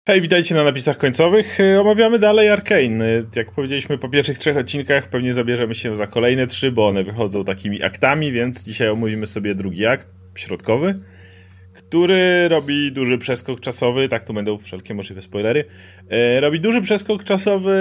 Hej, witajcie na napisach końcowych. Omawiamy dalej Arcane. Jak powiedzieliśmy po pierwszych 3 odcinkach, pewnie zabierzemy się za kolejne 3, bo one wychodzą takimi aktami, więc dzisiaj omówimy sobie drugi akt, środkowy, który robi duży przeskok czasowy, tak, tu będą wszelkie możliwe spoilery, robi duży przeskok czasowy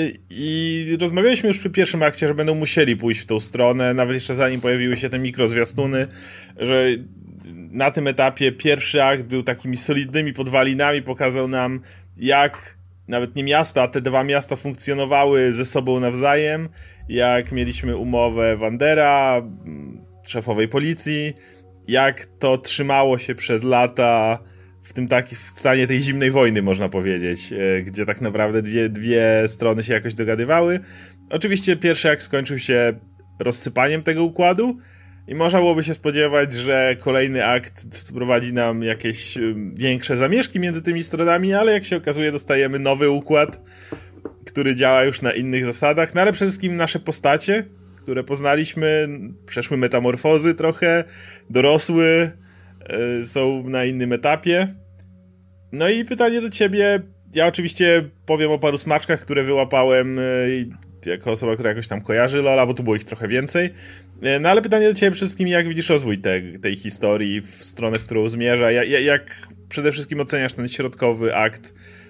i rozmawialiśmy już przy pierwszym akcie, że będą musieli pójść w tą stronę, nawet jeszcze zanim pojawiły się te mikrozwiastuny, że na tym etapie pierwszy akt był takimi solidnymi podwalinami, pokazał nam, jak nawet nie miasta, a te 2 miasta funkcjonowały ze sobą nawzajem, jak mieliśmy umowę Wandera, szefowej policji, jak to trzymało się przez lata w stanie tej zimnej wojny, można powiedzieć, gdzie tak naprawdę dwie strony się jakoś dogadywały. Oczywiście pierwszy akt skończył się rozsypaniem tego układu i można byłoby się spodziewać, że kolejny akt wprowadzi nam jakieś większe zamieszki między tymi stronami, ale jak się okazuje, dostajemy nowy układ, który działa już na innych zasadach, no ale przede wszystkim nasze postacie, które poznaliśmy, przeszły metamorfozy trochę, dorosły, są na innym etapie. No i pytanie do ciebie, ja oczywiście powiem o paru smaczkach, które wyłapałem jako osoba, która jakoś tam kojarzy LoL'a, bo tu było ich trochę więcej. No ale pytanie do ciebie przede wszystkim, jak widzisz rozwój tej historii w stronę, w którą zmierza? Jak przede wszystkim oceniasz ten środkowy akt?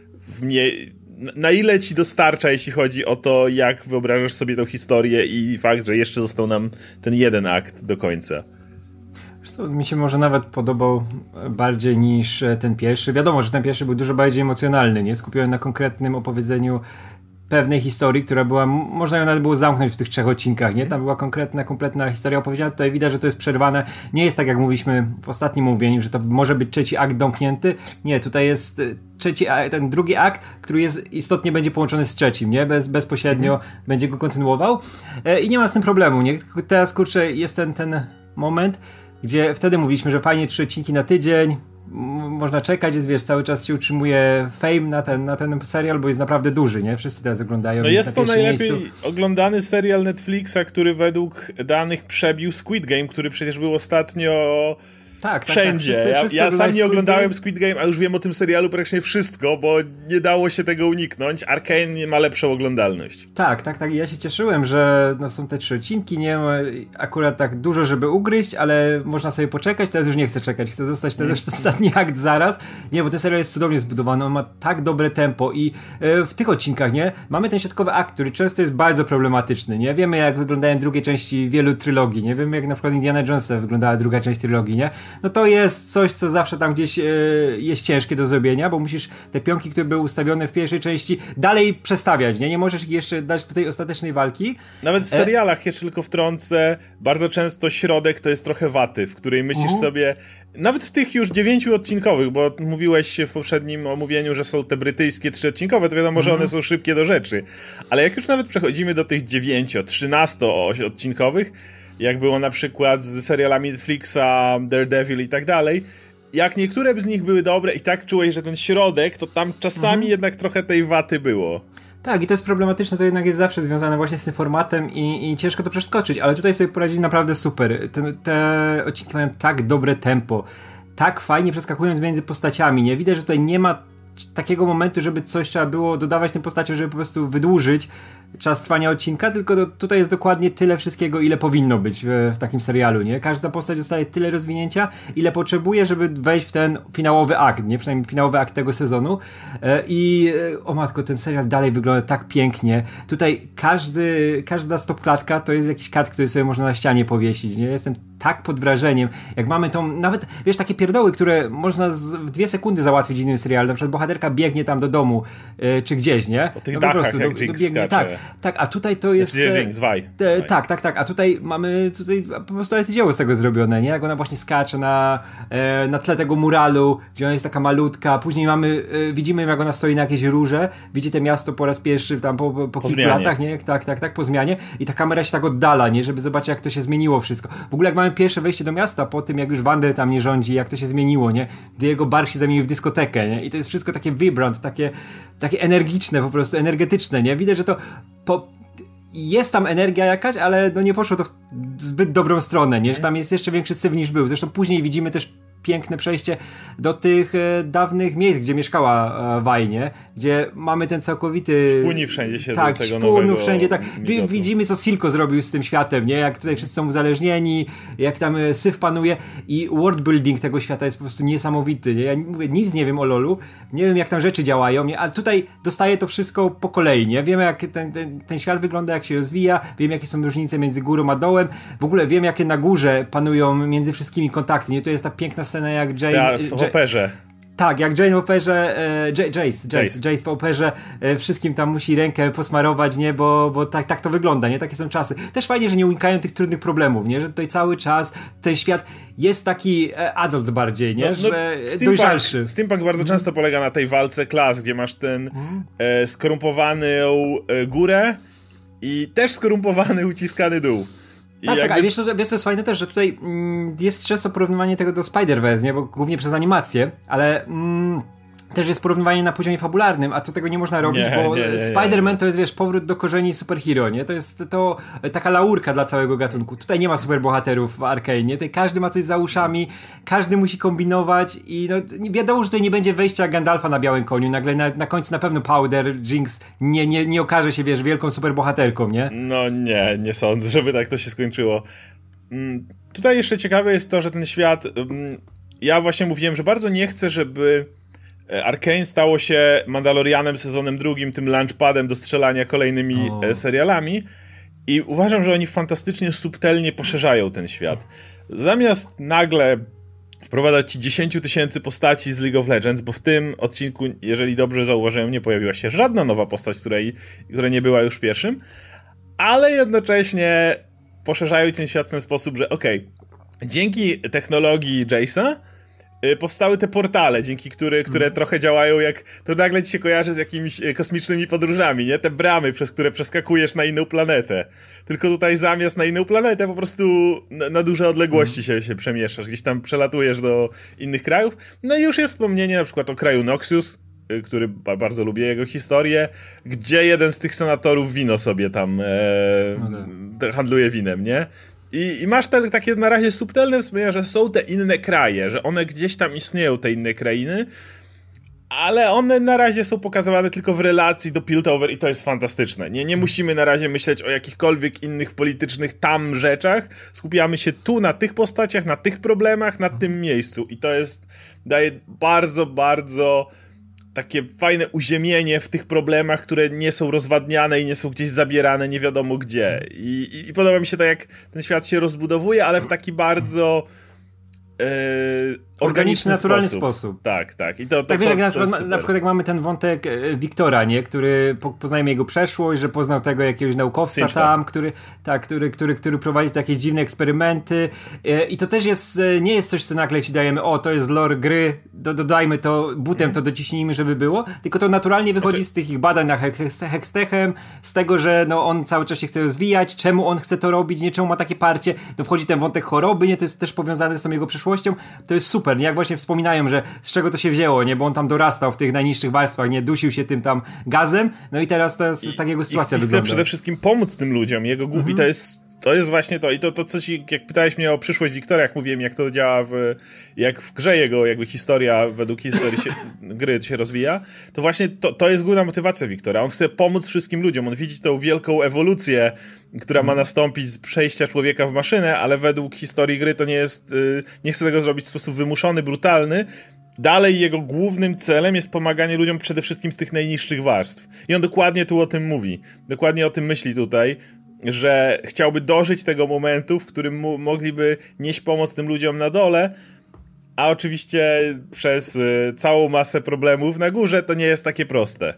Na ile ci dostarcza, jeśli chodzi o to, jak wyobrażasz sobie tą historię i fakt, że jeszcze został nam ten jeden akt do końca? Mi się może nawet podobał bardziej niż ten pierwszy. Wiadomo, że ten pierwszy był dużo bardziej emocjonalny, nie? Skupiony na konkretnym opowiedzeniu pewnej historii, która była, można ją nawet było zamknąć w tych 3 odcinkach, nie? Tam była kompletna historia opowiedziana. Tutaj widać, że to jest przerwane. Nie jest tak, jak mówiliśmy w ostatnim mówieniu, że to może być trzeci akt domknięty. Nie, tutaj jest ten drugi akt, który istotnie będzie połączony z trzecim, nie? Bezpośrednio będzie go kontynuował. I nie ma z tym problemu, nie? Teraz, kurczę, jest ten moment, gdzie wtedy mówiliśmy, że fajnie 3 odcinki na tydzień, można czekać, jest, wiesz, cały czas się utrzymuje fame na ten serial, bo jest naprawdę duży, nie? Wszyscy teraz oglądają. No jest to najlepiej oglądany serial Netflixa, który według danych przebił Squid Game, który przecież był ostatnio wszędzie. Tak. Wszyscy ja sam nie oglądałem Squid Game, a już wiem o tym serialu praktycznie wszystko, bo nie dało się tego uniknąć. Arcane ma lepszą oglądalność. Tak. Ja się cieszyłem, że są te 3 odcinki, nie ma akurat tak dużo, żeby ugryźć, ale można sobie poczekać. Teraz już nie chcę czekać. Chcę dostać ten ostatni akt zaraz. Nie, bo ten serial jest cudownie zbudowany. On ma tak dobre tempo i w tych odcinkach, nie? Mamy ten środkowy akt, który często jest bardzo problematyczny, nie? Wiemy, jak wyglądają drugie części wielu trylogii, nie? Wiemy, jak na przykład Indiana Jonesa wyglądała druga część trylogii, nie? No to jest coś, co zawsze tam gdzieś jest ciężkie do zrobienia, bo musisz te pionki, które były ustawione w pierwszej części, dalej przestawiać, nie? Nie możesz ich jeszcze dać do tej ostatecznej walki. Nawet w serialach, jeszcze tylko wtrącę, bardzo często środek to jest trochę waty, w której myślisz sobie, nawet w tych już 9 odcinkowych, bo mówiłeś w poprzednim omówieniu, że są te brytyjskie 3 odcinkowe, to wiadomo, że one są szybkie do rzeczy. Ale jak już nawet przechodzimy do tych 9, 13 odcinkowych, jak było na przykład z serialami Netflixa, Daredevil i tak dalej, jak niektóre z nich były dobre i tak czułeś, że ten środek, to tam czasami jednak trochę tej waty było. Tak, i to jest problematyczne, to jednak jest zawsze związane właśnie z tym formatem i ciężko to przeskoczyć, ale tutaj sobie poradzili naprawdę super. Te odcinki mają tak dobre tempo, tak fajnie przeskakując między postaciami, nie? Widać, że tutaj nie ma takiego momentu, żeby coś trzeba było dodawać tym postaciom, żeby po prostu wydłużyć czas trwania odcinka, tylko tutaj jest dokładnie tyle wszystkiego, ile powinno być w takim serialu, nie? Każda postać dostaje tyle rozwinięcia, ile potrzebuje, żeby wejść w ten finałowy akt, nie? Przynajmniej finałowy akt tego sezonu. O matko, ten serial dalej wygląda tak pięknie. Tutaj każda stopklatka to jest jakiś kat, który sobie można na ścianie powiesić, nie? Jestem tak pod wrażeniem. Jak mamy tą, nawet, wiesz, takie pierdoły, które można w 2 sekundy załatwić w innym serialu. Na przykład bohaterka biegnie tam do domu, czy gdzieś, nie? O tych dachach, jak Jinx biegnie, tak, a tutaj to jest... Jinx, tak, a tutaj mamy po prostu jest dzieło z tego zrobione, nie? Jak ona właśnie skacze na tle tego muralu, gdzie ona jest taka malutka, później widzimy, jak ona stoi na jakiejś rurze, widzi to miasto po raz pierwszy tam po kilku latach, nie? Tak, po zmianie i ta kamera się tak oddala, nie? Żeby zobaczyć, jak to się zmieniło wszystko. W ogóle jak mamy pierwsze wejście do miasta, po tym jak już Wander tam nie rządzi, jak to się zmieniło, nie? Gdy jego bar się zamienił w dyskotekę, nie? I to jest wszystko takie vibrant, takie energiczne, po prostu energetyczne, nie? Widać, że to jest tam energia jakaś, ale no nie poszło to w zbyt dobrą stronę, nie? Że tam jest jeszcze większy syf niż był. Zresztą później widzimy też piękne przejście do tych dawnych miejsc, gdzie mieszkała Wajnie, gdzie mamy ten całkowity... Szpuni wszędzie siedzą tak, tego nowego wszędzie, tak. migotu. Widzimy, co Silco zrobił z tym światem, nie? Jak tutaj wszyscy są uzależnieni, jak tam syf panuje i worldbuilding tego świata jest po prostu niesamowity, nie? Ja mówię, nic nie wiem o LoLu, nie wiem, jak tam rzeczy działają, nie? Ale tutaj dostaję to wszystko po kolei, nie? Wiemy, jak ten świat wygląda, jak się rozwija, wiem, jakie są różnice między górą a dołem, w ogóle wiem, jakie na górze panują między wszystkimi kontakty, nie? To jest ta piękna scena, jak Jane... w operze. Tak, jak Jane w operze, Jace w operze wszystkim tam musi rękę posmarować, nie, bo tak to wygląda, nie, takie są czasy. Też fajnie, że nie unikają tych trudnych problemów, nie, że tutaj cały czas ten świat jest taki adult bardziej, nie, że dojrzalszy. Steampunk bardzo często polega na tej walce klas, gdzie masz ten skorumpowaną górę i też skorumpowany, uciskany dół. Tak, tak, ale wiesz, to jest fajne też, że tutaj jest często porównywanie tego do Spider-Verse, nie? Bo głównie przez animację, ale też jest porównywanie na poziomie fabularnym, a to tego nie można robić, bo Spider-Man to jest, wiesz, powrót do korzeni superhero, nie? To jest taka laurka dla całego gatunku. Tutaj nie ma superbohaterów w Arcane, nie? Tutaj każdy ma coś za uszami, każdy musi kombinować i no, wiadomo, że tutaj nie będzie wejścia Gandalfa na białym koniu, nagle na końcu na pewno Powder, Jinx nie okaże się, wiesz, wielką superbohaterką, nie? No nie sądzę, żeby tak to się skończyło. Tutaj jeszcze ciekawe jest to, że ten świat, ja właśnie mówiłem, że bardzo nie chcę, żeby Arcane stało się Mandalorianem sezonem 2, tym launchpadem do strzelania kolejnymi serialami i uważam, że oni fantastycznie subtelnie poszerzają ten świat. Zamiast nagle wprowadzać ci 10 000 postaci z League of Legends, bo w tym odcinku, jeżeli dobrze zauważyłem, nie pojawiła się żadna nowa postać, która nie była już w pierwszym, ale jednocześnie poszerzają ten świat w ten sposób, że dzięki technologii Jace'a powstały te portale, dzięki które trochę działają jak... To nagle ci się kojarzy z jakimiś kosmicznymi podróżami, nie? Te bramy, przez które przeskakujesz na inną planetę. Tylko tutaj zamiast na inną planetę po prostu na duże odległości się przemieszczasz. Gdzieś tam przelatujesz do innych krajów. No i już jest wspomnienie na przykład o kraju Noxus, który bardzo lubię jego historię, gdzie jeden z tych senatorów wino sobie tam handluje winem, nie? I masz takie na razie subtelne wspomnienia, że są te inne kraje, że one gdzieś tam istnieją, te inne krainy, ale one na razie są pokazywane tylko w relacji do Piltover i to jest fantastyczne. Nie musimy na razie myśleć o jakichkolwiek innych politycznych tam rzeczach, skupiamy się tu na tych postaciach, na tych problemach, na tym miejscu i to daje bardzo, bardzo takie fajne uziemienie w tych problemach, które nie są rozwadniane i nie są gdzieś zabierane nie wiadomo gdzie. I podoba mi się tak, jak ten świat się rozbudowuje, ale w taki bardzo organiczny, naturalny sposób. Tak. I tak wiesz, jak na przykład jak mamy ten wątek Wiktora, nie? Który poznajemy jego przeszłość, że poznał tego jakiegoś naukowca tam, który prowadzi takie dziwne eksperymenty i to też nie jest coś, co nagle ci dajemy, to jest lore gry, dodajmy to, butem to dociśnijmy, żeby było, tylko to naturalnie wychodzi z tych ich badań nad Hextechem, z tego, że on cały czas się chce rozwijać, czemu on chce to robić, nie czemu ma takie parcie, wchodzi ten wątek choroby, nie? To jest też powiązane z tą jego przeszłością, to jest super, nie? Jak właśnie wspominają, że z czego to się wzięło, nie? Bo on tam dorastał w tych najniższych warstwach, nie? Dusił się tym tam gazem, no i teraz to jest tak jego sytuacja wygląda. I chce przede wszystkim pomóc tym ludziom, jego i to jest właśnie to. I to coś, jak pytałeś mnie o przyszłość Wiktora, jak mówiłem, jak to działa jak w grze jego jakby historia, według historii gry się rozwija, to właśnie to jest główna motywacja Wiktora. On chce pomóc wszystkim ludziom. On widzi tą wielką ewolucję, która ma nastąpić z przejścia człowieka w maszynę, ale według historii gry to nie jest, nie chce tego zrobić w sposób wymuszony, brutalny. Dalej jego głównym celem jest pomaganie ludziom przede wszystkim z tych najniższych warstw. I on dokładnie tu o tym mówi. Dokładnie o tym myśli tutaj, że chciałby dożyć tego momentu, w którym mogliby nieść pomoc tym ludziom na dole, a oczywiście przez całą masę problemów na górze to nie jest takie proste.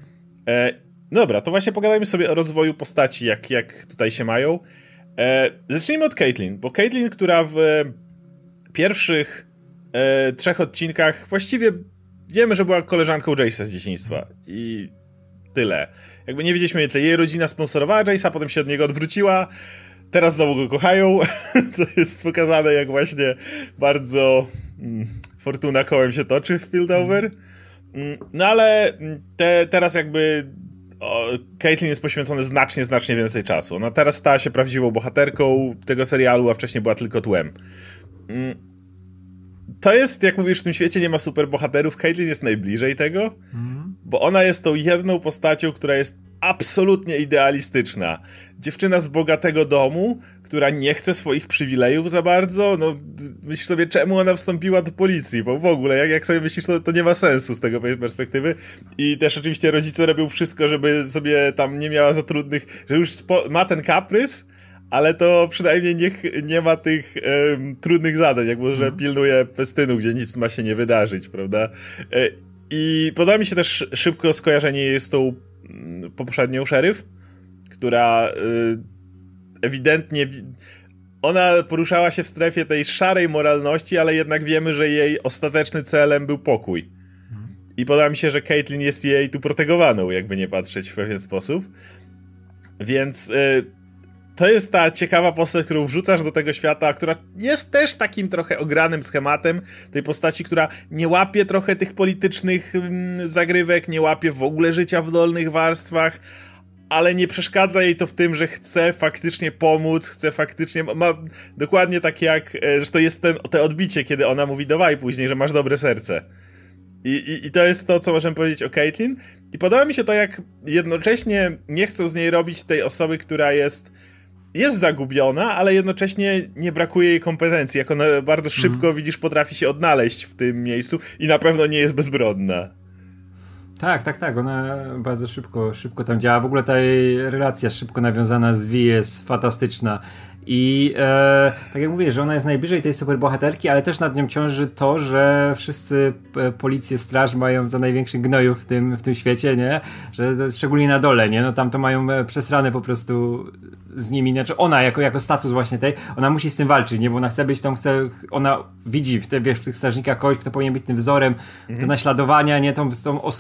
Dobra, to właśnie pogadajmy sobie o rozwoju postaci, jak tutaj się mają. Zacznijmy od Caitlyn, bo Caitlyn, która w pierwszych 3 odcinkach właściwie wiemy, że była koleżanką Jace'a z dzieciństwa i tyle. Jakby nie wiedzieliśmy tyle. Jej rodzina sponsorowała Jace'a, potem się od niego odwróciła, teraz znowu go kochają. To jest pokazane, jak właśnie bardzo fortuna kołem się toczy w Piltover. No ale teraz jakby Caitlyn jest poświęcony znacznie więcej czasu. Ona teraz stała się prawdziwą bohaterką tego serialu, a wcześniej była tylko tłem. to jest, jak mówisz, w tym świecie nie ma superbohaterów, Caitlyn jest najbliżej tego, bo ona jest tą jedną postacią, która jest absolutnie idealistyczna. Dziewczyna z bogatego domu, która nie chce swoich przywilejów za bardzo, no myślisz sobie, czemu ona wstąpiła do policji, bo w ogóle, jak sobie myślisz, to nie ma sensu z tego perspektywy. I też oczywiście rodzice robią wszystko, żeby sobie tam nie miała za trudnych, że już ma ten kaprys, ale to przynajmniej niech nie ma tych trudnych zadań, jak może pilnuje festynu, gdzie nic ma się nie wydarzyć, prawda? I podoba mi się też szybko skojarzenie jej z tą poprzednią szeryf, która ewidentnie ona poruszała się w strefie tej szarej moralności, ale jednak wiemy, że jej ostatecznym celem był pokój. I podoba mi się, że Caitlyn jest jej tu protegowaną, jakby nie patrzeć w pewien sposób. Więc to jest ta ciekawa postać, którą wrzucasz do tego świata, która jest też takim trochę ogranym schematem tej postaci, która nie łapie trochę tych politycznych zagrywek, nie łapie w ogóle życia w dolnych warstwach, ale nie przeszkadza jej to w tym, że chce faktycznie pomóc, chce faktycznie... Ma dokładnie tak jak... że to jest te odbicie, kiedy ona mówi dawaj później, że masz dobre serce. I to jest to, co możemy powiedzieć o Caitlyn. I podoba mi się to, jak jednocześnie nie chcą z niej robić tej osoby, która jest zagubiona, ale jednocześnie nie brakuje jej kompetencji. Jak ona bardzo szybko, widzisz, potrafi się odnaleźć w tym miejscu i na pewno nie jest bezbronna. Tak. Ona bardzo szybko tam działa. W ogóle ta jej relacja szybko nawiązana z Vi jest fantastyczna. I tak jak mówię, że ona jest najbliżej tej superbohaterki, ale też nad nią ciąży to, że wszyscy policję, straż mają za największych gnojów w tym świecie, nie? Że szczególnie na dole, nie? No tam to mają przesrane po prostu z nimi, znaczy ona jako status właśnie tej, ona musi z tym walczyć, nie? Bo ona chce być tą, ona widzi w tych strażnikach kogoś, kto powinien być tym wzorem do naśladowania, nie? Tą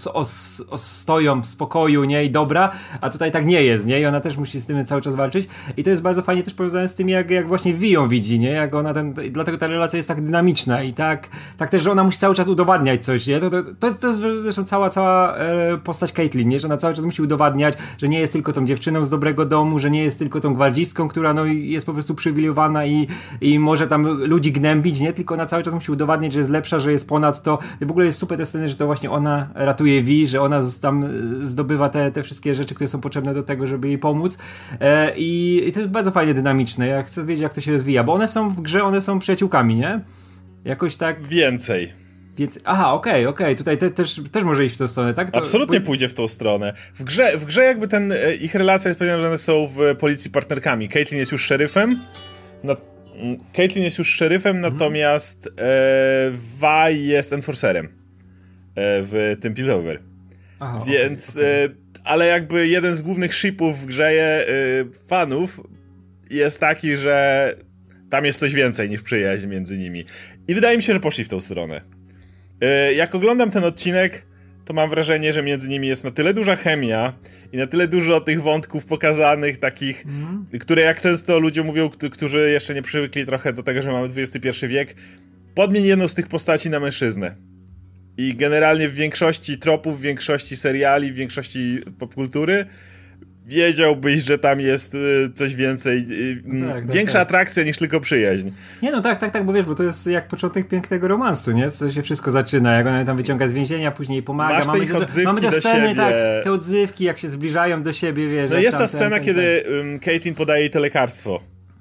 ostoją spokoju, nie? I dobra, a tutaj tak nie jest, nie? I ona też musi z tym cały czas walczyć i to jest bardzo fajnie też powiązane z tym, jak właśnie Vi ją widzi, nie? Jak ona dlatego ta relacja jest tak dynamiczna i tak też, że ona musi cały czas udowadniać coś, nie? To jest zresztą cała postać Caitlyn, nie? Że ona cały czas musi udowadniać, że nie jest tylko tą dziewczyną z dobrego domu, że nie jest tylko tą gwardzistką, która no jest po prostu przywilejowana i może tam ludzi gnębić, nie? Tylko ona cały czas musi udowadniać, że jest lepsza, że jest ponad to. I w ogóle jest super te sceny, że to właśnie ona ratuje Vi, że ona tam zdobywa te wszystkie rzeczy, które są potrzebne do tego, żeby jej pomóc. I to jest bardzo fajnie dynamiczne. Ja chcę wiedzieć, jak to się rozwija, bo one są w grze, one są przyjaciółkami, nie? Jakoś tak... Więcej. Aha, okej. Tutaj też może iść w tą stronę, tak? Absolutnie pójdzie w tą stronę. W grze jakby ich relacja jest powiedziane, że one są w policji partnerkami. Caitlyn jest już szeryfem. Natomiast Vi jest enforcerem w tym Piltover. Aha, więc... ale jakby jeden z głównych shipów w grze fanów jest taki, że tam jest coś więcej niż przyjaźń między nimi. I wydaje mi się, że poszli w tą stronę. Jak oglądam ten odcinek, to mam wrażenie, że między nimi jest na tyle duża chemia i na tyle dużo tych wątków pokazanych, takich, które jak często ludzie mówią, którzy jeszcze nie przywykli trochę do tego, że mamy XXI wiek, podmień jedną z tych postaci na mężczyznę. I generalnie w większości tropów, w większości seriali, w większości popkultury wiedziałbyś, że tam jest coś więcej, większa atrakcja niż tylko przyjaźń. Nie no, tak, bo wiesz, bo to jest jak początek pięknego romansu, nie? To się wszystko zaczyna, jak ona tam wyciąga z więzienia, później pomaga. Mamy te sceny, tak, te odzywki, jak się zbliżają do siebie, wiesz. No jest ta scena, kiedy Caitlyn podaje jej to lekarstwo.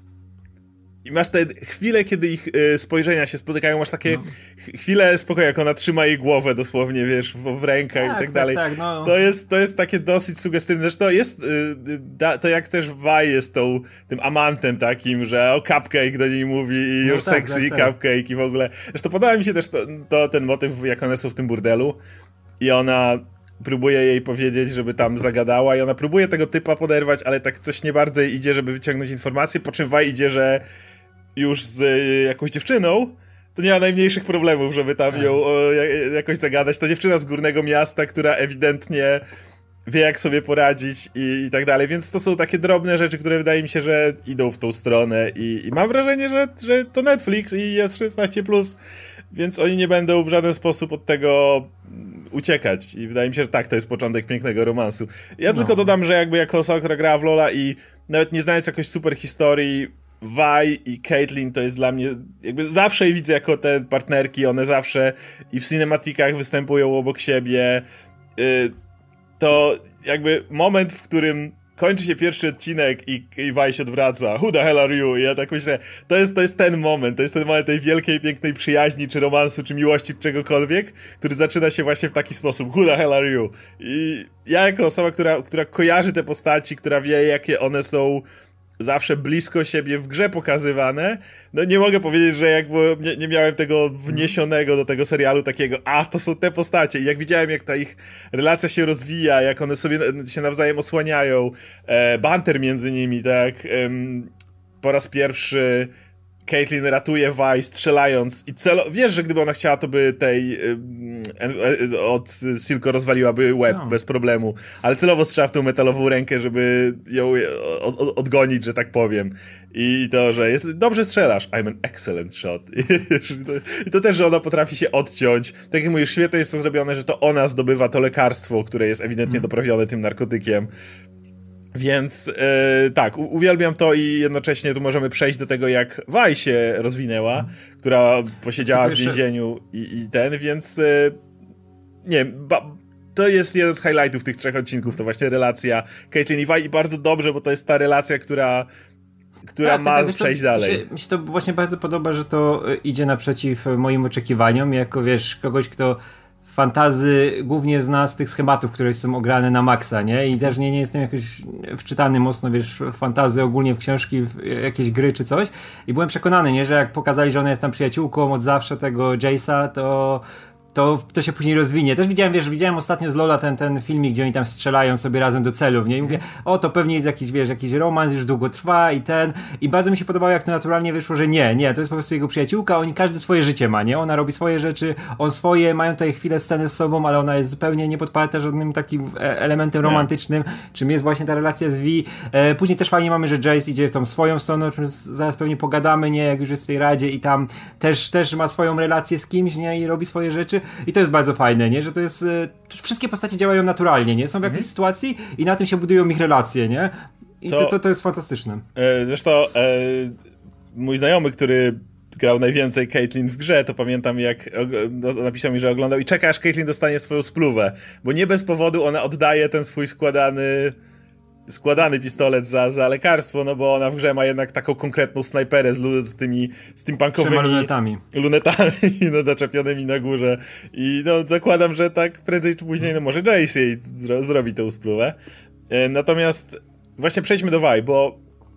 I masz te chwile, kiedy ich spojrzenia się spotykają, masz takie chwile spokoju, jak ona trzyma jej głowę dosłownie, wiesz, w rękach i tak dalej. No. To jest takie dosyć sugestywne. Zresztą jest to jak też Vi jest tym amantem takim, że o cupcake do niej mówi i you're sexy, cupcake i w ogóle. Zresztą podoba mi się też ten motyw, jak one są w tym burdelu i ona próbuje jej powiedzieć, żeby tam zagadała i ona próbuje tego typa poderwać, ale tak coś nie bardzo jej idzie, żeby wyciągnąć informacje, po czym Vi idzie, że już z jakąś dziewczyną, to nie ma najmniejszych problemów, żeby tam ją jakoś zagadać. Ta dziewczyna z górnego miasta, która ewidentnie wie, jak sobie poradzić i tak dalej, więc to są takie drobne rzeczy, które wydaje mi się, że idą w tą stronę i mam wrażenie, że to Netflix i jest 16+, więc oni nie będą w żaden sposób od tego uciekać i wydaje mi się, że tak, to jest początek pięknego romansu. Ja tylko dodam, że jakby jako osoba, która grała w LoL'a i nawet nie znając jakoś super historii, Vi i Caitlyn to jest dla mnie, jakby zawsze je widzę jako te partnerki, one zawsze i w cinematikach występują obok siebie. To jakby moment, w którym kończy się pierwszy odcinek i Vi się odwraca. Who the hell are you? I ja tak myślę, to jest ten moment tej wielkiej, pięknej przyjaźni, czy romansu, czy miłości, czy czegokolwiek, który zaczyna się właśnie w taki sposób. Who the hell are you? I ja jako osoba, która kojarzy te postaci, która wie, jakie one są zawsze blisko siebie w grze pokazywane, no nie mogę powiedzieć, że jakby nie miałem tego wniesionego do tego serialu takiego, to są te postacie. I jak widziałem, jak ta ich relacja się rozwija, jak one sobie się nawzajem osłaniają, banter między nimi, tak, po raz pierwszy Caitlyn ratuje Vi strzelając i wiesz, że gdyby ona chciała, to by tej od Silco rozwaliłaby łeb bez problemu, ale celowo strzela w tą metalową rękę, żeby ją odgonić, że tak powiem. I to, że dobrze strzelasz, I'm an excellent shot. I to też, że ona potrafi się odciąć. Tak jak mówisz, świetnie jest to zrobione, że to ona zdobywa to lekarstwo, które jest ewidentnie doprawione tym narkotykiem. Więc tak, uwielbiam to i jednocześnie tu możemy przejść do tego, jak Vi się rozwinęła, która posiedziała w więzieniu więc nie wiem, to jest jeden z highlightów tych 3 odcinków, to właśnie relacja Caitlyn i Vi i bardzo dobrze, bo to jest ta relacja, która ma przejść dalej. Mi się to właśnie bardzo podoba, że to idzie naprzeciw moim oczekiwaniom, jako wiesz, kogoś, kto fantazy głównie zna z tych schematów, które są ograne na maksa, nie? I też nie jestem jakoś wczytany mocno, wiesz, w fantazy ogólnie, w książki, w jakieś gry czy coś. I byłem przekonany, nie? Że jak pokazali, że ona jest tam przyjaciółką od zawsze tego Jace'a, to się później rozwinie. Też widziałem ostatnio z Lola ten filmik, gdzie oni tam strzelają sobie razem do celów, nie? I mówię, to pewnie jest jakiś romans, już długo trwa i bardzo mi się podobało, jak to naturalnie wyszło, że nie, to jest po prostu jego przyjaciółka, każdy swoje życie ma, nie? Ona robi swoje rzeczy, on swoje, mają tutaj chwilę sceny z sobą, ale ona jest zupełnie niepodparta żadnym takim elementem romantycznym, czym jest właśnie ta relacja z Vi. Później też fajnie mamy, że Jace idzie w tą swoją stronę, o czym zaraz pewnie pogadamy, nie? Jak już jest w tej radzie i tam też ma swoją relację z kimś, nie? I robi swoje rzeczy. I to jest bardzo fajne, nie? Że to jest... wszystkie postacie działają naturalnie, nie? Są w jakiejś sytuacji i na tym się budują ich relacje, nie? I to jest fantastyczne. Zresztą mój znajomy, który grał najwięcej Caitlyn w grze, to pamiętam, jak napisał mi, że oglądał i czeka, aż Caitlyn dostanie swoją spluwę, bo nie bez powodu ona oddaje ten swój składany pistolet za lekarstwo, no bo ona w grze ma jednak taką konkretną snajperę z tymi steampunkowymi lunetami zaczepionymi na górze i no zakładam, że tak prędzej czy później może Jace jej zrobi tę spluwę. Natomiast właśnie przejdźmy do Vi, bo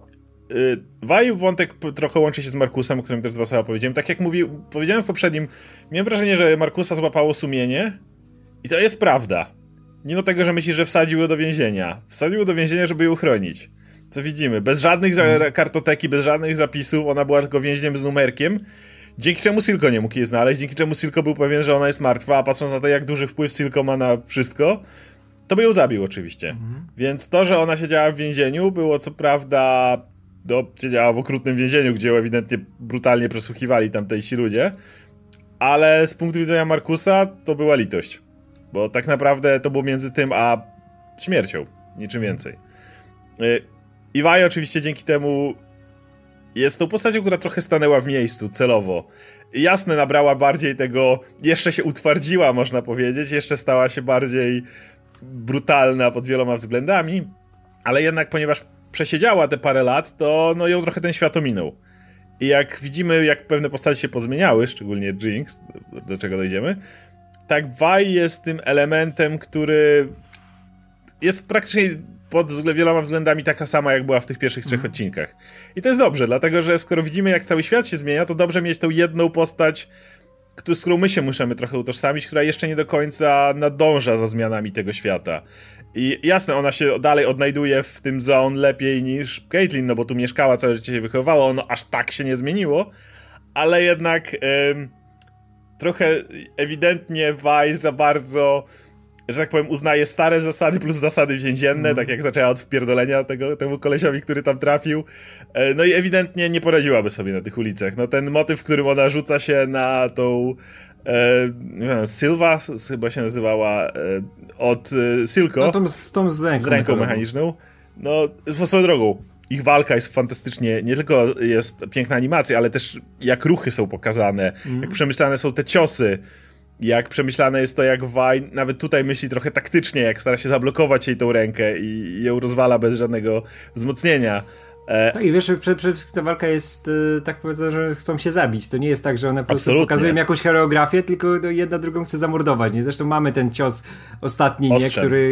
Vi wątek trochę łączy się z Markusem, o którym też 2 słowa powiedziałem. Tak jak powiedziałem w poprzednim, miałem wrażenie, że Markusa złapało sumienie i to jest prawda. Nie do tego, że myśli, że wsadził ją do więzienia. Wsadził ją do więzienia, żeby ją chronić. Co widzimy? Bez żadnych kartoteki, bez żadnych zapisów, ona była tylko więźniem z numerkiem, dzięki czemu Silco nie mógł jej znaleźć, dzięki czemu Silco był pewien, że ona jest martwa, a patrząc na to, jak duży wpływ Silco ma na wszystko, to by ją zabił oczywiście. Więc to, że ona siedziała w więzieniu, było co prawda... siedziała w okrutnym więzieniu, gdzie ją ewidentnie brutalnie przesłuchiwali tamtejsi ludzie, ale z punktu widzenia Markusa to była litość. Bo tak naprawdę to było między tym a śmiercią, niczym więcej. I Vi oczywiście dzięki temu jest tą postacią, która trochę stanęła w miejscu celowo. Jasne, nabrała bardziej tego, jeszcze się utwardziła, można powiedzieć, jeszcze stała się bardziej brutalna pod wieloma względami, ale jednak ponieważ przesiedziała te parę lat, to ją trochę ten świat ominął. I jak widzimy, jak pewne postacie się pozmieniały, szczególnie Jinx, do czego dojdziemy, tak Vi jest tym elementem, który jest praktycznie pod wieloma względami taka sama, jak była w tych pierwszych 3 odcinkach. I to jest dobrze, dlatego że skoro widzimy, jak cały świat się zmienia, to dobrze mieć tą jedną postać, z którą my się musimy trochę utożsamić, która jeszcze nie do końca nadąża za zmianami tego świata. I jasne, ona się dalej odnajduje w tym zone lepiej niż Caitlyn, no bo tu mieszkała, całe życie się wychowywała, ono aż tak się nie zmieniło, ale jednak trochę ewidentnie Vi za bardzo, że tak powiem, uznaje stare zasady plus zasady więzienne, tak jak zaczęła od wpierdolenia temu kolesiowi, który tam trafił. No i ewidentnie nie poradziłaby sobie na tych ulicach. No ten motyw, w którym ona rzuca się na tą nie wiem, Sylwa chyba się nazywała od Silco. No, z ręką mechaniczną. No, swoją drogą. ich walka jest fantastycznie, nie tylko jest piękna animacja, ale też jak ruchy są pokazane, jak przemyślane są te ciosy, jak przemyślane jest to, jak Vi nawet tutaj myśli trochę taktycznie, jak stara się zablokować jej tą rękę i ją rozwala bez żadnego wzmocnienia. Tak, i wiesz, przede wszystkim ta walka jest tak powiedzmy, że chcą się zabić. To nie jest tak, że one po prostu pokazują jakąś choreografię, tylko jedna drugą chce zamordować. Nie? Zresztą mamy ten cios ostatni, nie?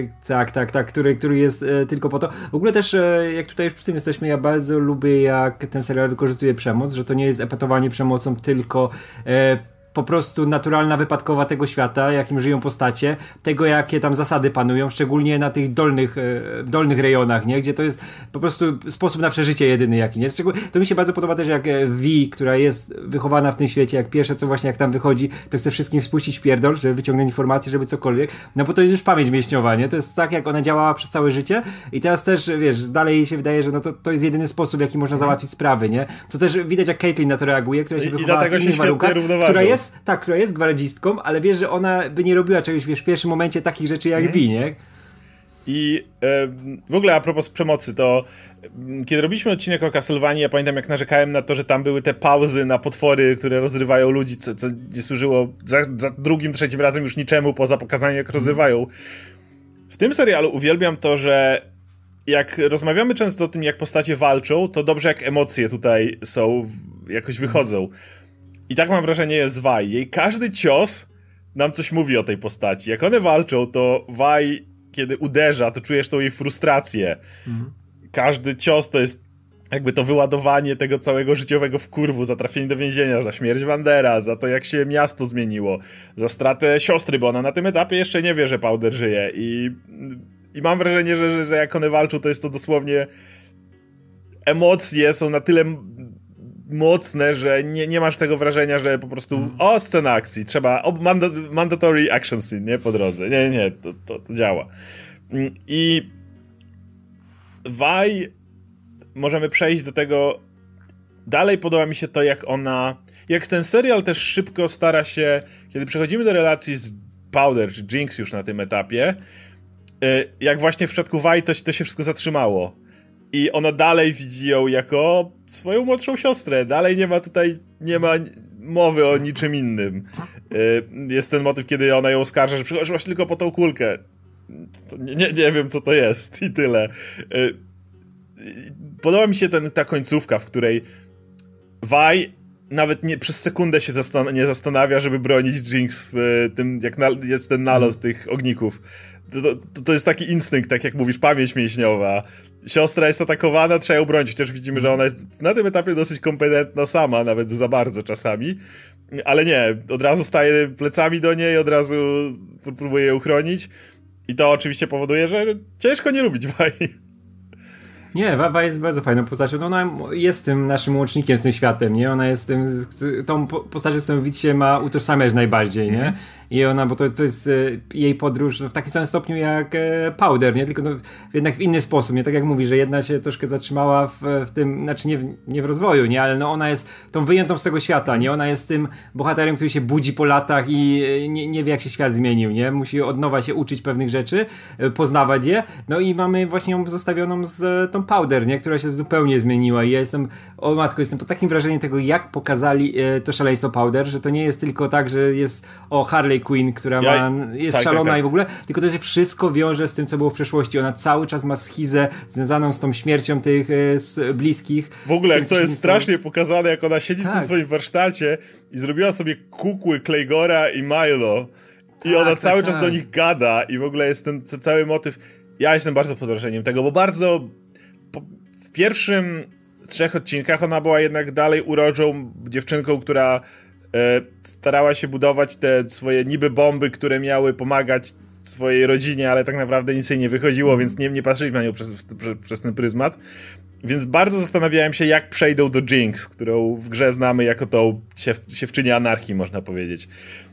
Który jest tylko po to. W ogóle też, jak tutaj już przy tym jesteśmy, ja bardzo lubię, jak ten serial wykorzystuje przemoc, że to nie jest epatowanie przemocą, tylko po prostu naturalna, wypadkowa tego świata, jakim żyją postacie, tego, jakie tam zasady panują, szczególnie na tych dolnych rejonach, nie? Gdzie to jest po prostu sposób na przeżycie jedyny jaki, nie? To mi się bardzo podoba też, jak Vi, która jest wychowana w tym świecie, jak pierwsze co właśnie, jak tam wychodzi, to chce wszystkim spuścić pierdol, żeby wyciągnąć informacje, żeby cokolwiek, no bo to jest już pamięć mięśniowa, nie? To jest tak, jak ona działała przez całe życie i teraz też, wiesz, dalej jej się wydaje, że no to jest jedyny sposób, w jaki można załatwić sprawy, nie? Co też widać, jak Caitlyn na to reaguje, która się wychowała w innych warunkach, która jest gwardzistką, ale wiesz, że ona by nie robiła czegoś, wiesz, w pierwszym momencie takich rzeczy jak Vi, nie? I w ogóle a propos przemocy, to kiedy robiliśmy odcinek o Castlevanii, ja pamiętam, jak narzekałem na to, że tam były te pauzy na potwory, które rozrywają ludzi, co nie służyło za drugim, trzecim razem już niczemu, poza pokazaniem, jak rozrywają. W tym serialu uwielbiam to, że jak rozmawiamy często o tym, jak postacie walczą, to dobrze, jak emocje tutaj są, jakoś wychodzą. I tak mam wrażenie jest z Vi. Jej każdy cios nam coś mówi o tej postaci. Jak one walczą, to Vi, kiedy uderza, to czujesz tą jej frustrację. Każdy cios to jest jakby to wyładowanie tego całego życiowego wkurwu za trafienie do więzienia, za śmierć Wandera, za to, jak się miasto zmieniło, za stratę siostry, bo ona na tym etapie jeszcze nie wie, że Powder żyje. I mam wrażenie, że jak one walczą, to jest to dosłownie... Emocje są na tyle mocne, że nie masz tego wrażenia, że po prostu scena akcji, trzeba mandatory action scene, nie? Po drodze. Nie, to działa. I Vi, możemy przejść do tego, dalej podoba mi się to, jak ten serial też szybko stara się, kiedy przechodzimy do relacji z Powder, czy Jinx już na tym etapie, jak właśnie w przypadku Vi to się wszystko zatrzymało. I ona dalej widzi ją jako swoją młodszą siostrę. Dalej nie ma mowy o niczym innym. Jest ten motyw, kiedy ona ją oskarża, że przychodziłaś tylko po tą kulkę. To nie wiem, co to jest i tyle. Podoba mi się ta końcówka, w której Vi nawet przez sekundę się nie zastanawia, żeby bronić Jinx w tym, jak jest ten nalot tych ogników. To jest taki instynkt, tak jak mówisz, pamięć mięśniowa. Siostra jest atakowana, trzeba ją bronić, chociaż widzimy, że ona jest na tym etapie dosyć kompetentna sama, nawet za bardzo czasami. Ale nie, od razu staje plecami do niej, od razu próbuje ją chronić. I to oczywiście powoduje, że ciężko nie lubić Vi. Nie, Wawa jest bardzo fajną postacią. No ona jest tym naszym łącznikiem z tym światem, nie? Ona jest tą postacią, z którą widz się ma utożsamiać najbardziej, nie? I ona, bo to jest jej podróż w takim samym stopniu jak Powder, nie? Tylko jednak w inny sposób, nie? Tak jak mówi, że jedna się troszkę zatrzymała w tym, znaczy nie w rozwoju, nie? Ale no ona jest tą wyjętą z tego świata, nie? Ona jest tym bohaterem, który się budzi po latach i nie wie, jak się świat zmienił, nie? Musi od nowa się uczyć pewnych rzeczy, poznawać je. No i mamy właśnie ją zostawioną z tą Powder, nie? Która się zupełnie zmieniła i ja jestem pod takim wrażeniem tego, jak pokazali to szaleństwo Powder, że to nie jest tylko tak, że jest Harley Quinn, która jest szalona tak. I w ogóle, tylko to się wszystko wiąże z tym, co było w przeszłości. Ona cały czas ma schizę związaną z tą śmiercią tych bliskich. W ogóle, jak to jest strasznie pokazane, jak ona siedzi w tym swoim warsztacie i zrobiła sobie kukły Claygora i Milo i ona cały czas do nich gada i w ogóle jest ten cały motyw. Ja jestem bardzo pod wrażeniem tego, bo w pierwszym 3 odcinkach ona była jednak dalej uroczą dziewczynką, która starała się budować te swoje niby bomby, które miały pomagać swojej rodzinie, ale tak naprawdę nic jej nie wychodziło, więc nie patrzyliśmy na nią przez ten pryzmat. Więc bardzo zastanawiałem się, jak przejdą do Jinx, którą w grze znamy jako tą siewczynię anarchii, można powiedzieć.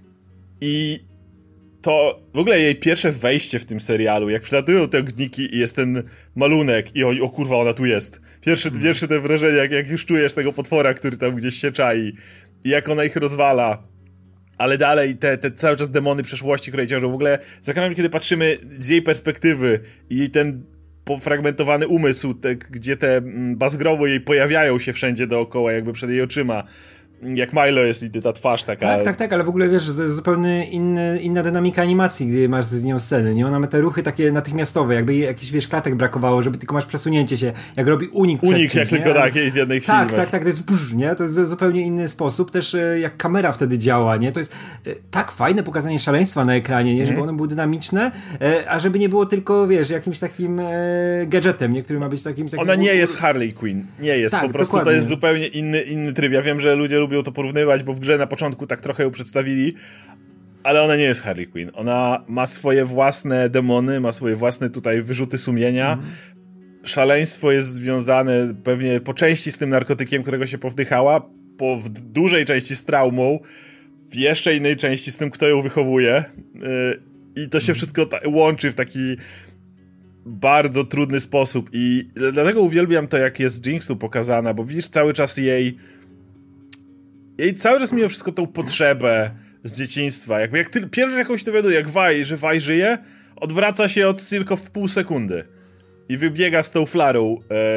I to w ogóle jej pierwsze wejście w tym serialu, jak przylatują te ogniki i jest ten malunek i o kurwa, ona tu jest. Pierwsze te wrażenie, jak już czujesz tego potwora, który tam gdzieś się czai i jak ona ich rozwala. Ale dalej te cały czas demony przeszłości, które ciążą. W ogóle za kamerą, kiedy patrzymy z jej perspektywy i ten pofragmentowany umysł, gdzie te bazgrowy jej pojawiają się wszędzie dookoła, jakby przed jej oczyma. Jak Milo jest i ta twarz taka... Tak, ale w ogóle wiesz, to jest zupełnie inna dynamika animacji, gdy masz z nią sceny, nie? Ona ma te ruchy takie natychmiastowe, jakby jakichś, wiesz, klatek brakowało, żeby tylko masz przesunięcie się, jak robi unik przed Unik, jak tylko tak, w jednej chwili. Tak, to jest nie? To jest zupełnie inny sposób, też jak kamera wtedy działa, nie? To jest tak fajne pokazanie szaleństwa na ekranie, nie? Żeby one były dynamiczne, a żeby nie było tylko, wiesz, jakimś takim gadżetem, nie? Który ma być takim... Ona nie jest Harley Quinn, nie jest, tak, po prostu dokładnie. To jest zupełnie inny tryb. Ja wiem, że ludzie lubią to porównywać, bo w grze na początku tak trochę ją przedstawili, ale ona nie jest Harley Quinn. Ona ma swoje własne demony, ma swoje własne tutaj wyrzuty sumienia. Szaleństwo jest związane pewnie po części z tym narkotykiem, którego się powdychała, w dużej części z traumą, w jeszcze innej części z tym, kto ją wychowuje. I to się wszystko łączy w taki bardzo trudny sposób. I dlatego uwielbiam to, jak jest Jinx tu pokazana, bo widzisz cały czas jej cały czas mimo wszystko tą potrzebę z dzieciństwa. Jak pierwszy jakąś dowiaduje, jak że Vi żyje, odwraca się od tylko w pół sekundy. I wybiega z tą flarą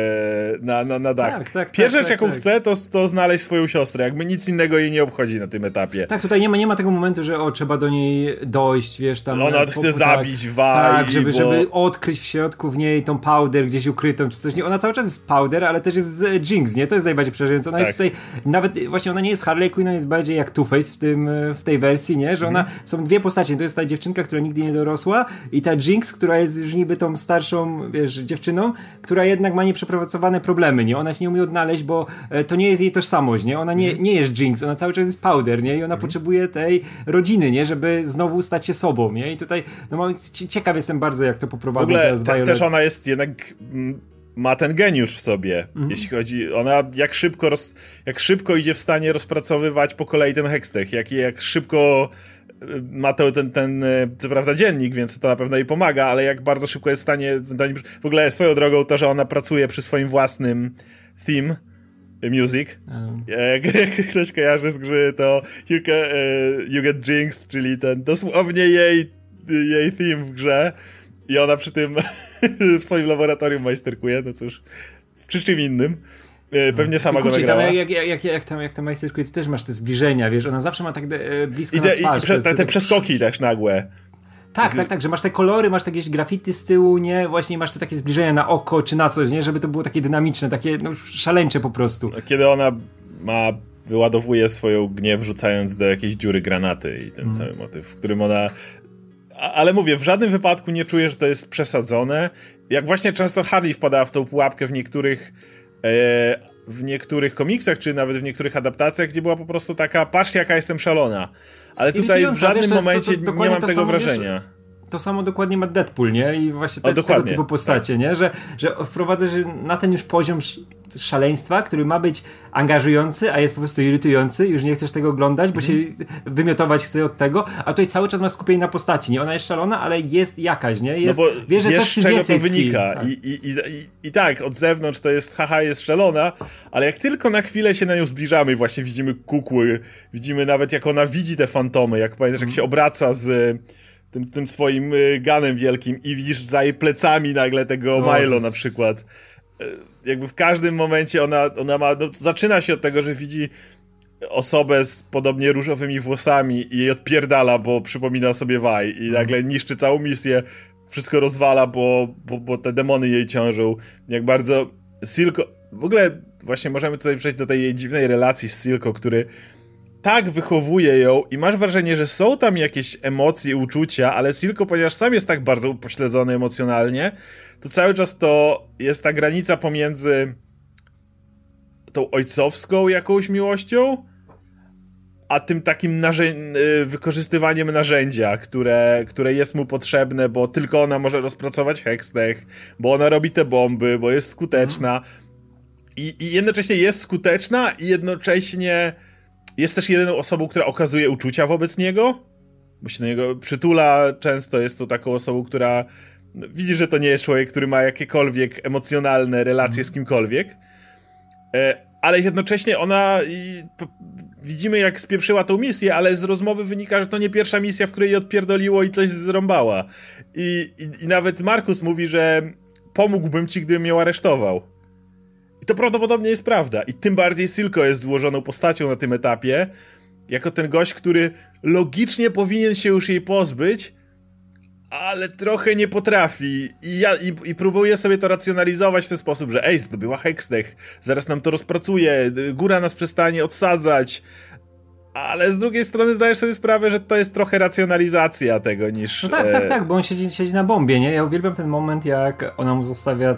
na dach. Pierwsza rzecz, jaką chce, to znaleźć swoją siostrę. Jakby nic innego jej nie obchodzi na tym etapie. Tak, tutaj nie ma tego momentu, że trzeba do niej dojść, wiesz, tam... Ona chce zabić Vi. Tak, żeby odkryć w środku w niej tą powder gdzieś ukrytą, czy coś. Nie, ona cały czas jest powder, ale też jest Jinx, nie? To jest najbardziej przerażające. Ona jest tutaj, nawet właśnie ona nie jest Harley Quinn, ona jest bardziej jak Two-Face w tej wersji, nie? Że ona, są dwie postacie. To jest ta dziewczynka, która nigdy nie dorosła i ta Jinx, która jest już niby tą starszą, wiesz, dziewczyną, która jednak ma nieprzepracowane problemy, nie? Ona się nie umie odnaleźć, bo to nie jest jej tożsamość, nie? Ona nie jest Jinx, ona cały czas jest powder, nie? I ona potrzebuje tej rodziny, nie? Żeby znowu stać się sobą, nie? I tutaj, ciekaw jestem bardzo, jak to poprowadzą teraz Violet. Też ona jest jednak... ma ten geniusz w sobie, jeśli chodzi... Ona jak szybko idzie w stanie rozpracowywać po kolei ten hextech, jak szybko ma to ten co prawda dziennik, więc to na pewno jej pomaga, ale jak bardzo szybko jest w stanie... W ogóle swoją drogą to, że ona pracuje przy swoim własnym theme music. Jak ktoś kojarzy z gry, to You Get Jinx, czyli ten dosłownie jej theme w grze i ona przy tym w swoim laboratorium majsterkuje, no cóż, przy czym innym. Pewnie sama go nagrała. Jak tam majsterkuje, to też masz te zbliżenia, wiesz, ona zawsze ma tak blisko na twarz. I te przeskoki też nagłe. Tak, że masz te kolory, masz jakieś graffiti z tyłu, nie? Właśnie masz te takie zbliżenia na oko czy na coś, nie? Żeby to było takie dynamiczne, takie szaleńcze po prostu. Kiedy ona wyładowuje swoją gniew, rzucając do jakiejś dziury granaty i ten cały motyw, w którym ona... Ale mówię, w żadnym wypadku nie czuję, że to jest przesadzone. Jak właśnie często Harley wpadała w tą pułapkę w niektórych komiksach, czy nawet w niektórych adaptacjach, gdzie była po prostu taka, patrzcie jaka jestem szalona. Ale tutaj w żadnym momencie nie mam tego wrażenia. To samo dokładnie ma Deadpool, nie? I właśnie tego typu postacie, nie? Że wprowadza się na ten już poziom szaleństwa, który ma być angażujący, a jest po prostu irytujący, już nie chcesz tego oglądać, bo się wymiotować chce od tego, a tutaj cały czas ma skupienie na postaci, nie? Ona jest szalona, ale jest jakaś, nie? Jest, no bo wiesz, że coś z czego więcej to wynika. Tak. I tak, od zewnątrz to jest jest szalona, ale jak tylko na chwilę się na nią zbliżamy i właśnie widzimy kukły, widzimy nawet jak ona widzi te fantomy, jak pamiętasz, jak się obraca z tym swoim ganem wielkim i widzisz za jej plecami nagle tego Milo na przykład. Jakby w każdym momencie ona ma... zaczyna się od tego, że widzi osobę z podobnie różowymi włosami i jej odpierdala, bo przypomina sobie Vi i nagle niszczy całą misję, wszystko rozwala, bo te demony jej ciążą. Jak bardzo Silco... W ogóle właśnie możemy tutaj przejść do tej jej dziwnej relacji z Silco, który tak wychowuje ją i masz wrażenie, że są tam jakieś emocje, uczucia, ale Silco, ponieważ sam jest tak bardzo upośledzony emocjonalnie, to cały czas to jest ta granica pomiędzy tą ojcowską jakąś miłością, a tym takim wykorzystywaniem narzędzia, które jest mu potrzebne, bo tylko ona może rozpracować hextech, bo ona robi te bomby, bo jest skuteczna. I jednocześnie jest skuteczna i jednocześnie jest też jedyną osobą, która okazuje uczucia wobec niego, bo się do niego przytula często, jest to taką osobą, która widzi, że to nie jest człowiek, który ma jakiekolwiek emocjonalne relacje z kimkolwiek, ale jednocześnie widzimy, jak spieprzyła tą misję, ale z rozmowy wynika, że to nie pierwsza misja, w której jej odpierdoliło i coś zrąbała. I nawet Markus mówi, że pomógłbym ci, gdybym ją aresztował. I to prawdopodobnie jest prawda. I tym bardziej Silco jest złożoną postacią na tym etapie, jako ten gość, który logicznie powinien się już jej pozbyć, ale trochę nie potrafi. I próbuje sobie to racjonalizować w ten sposób, że zdobyła Hextech, zaraz nam to rozpracuje, góra nas przestanie odsadzać. Ale z drugiej strony zdajesz sobie sprawę, że to jest trochę racjonalizacja tego niż... No tak, bo on siedzi na bombie, nie? Ja uwielbiam ten moment, jak ona mu zostawia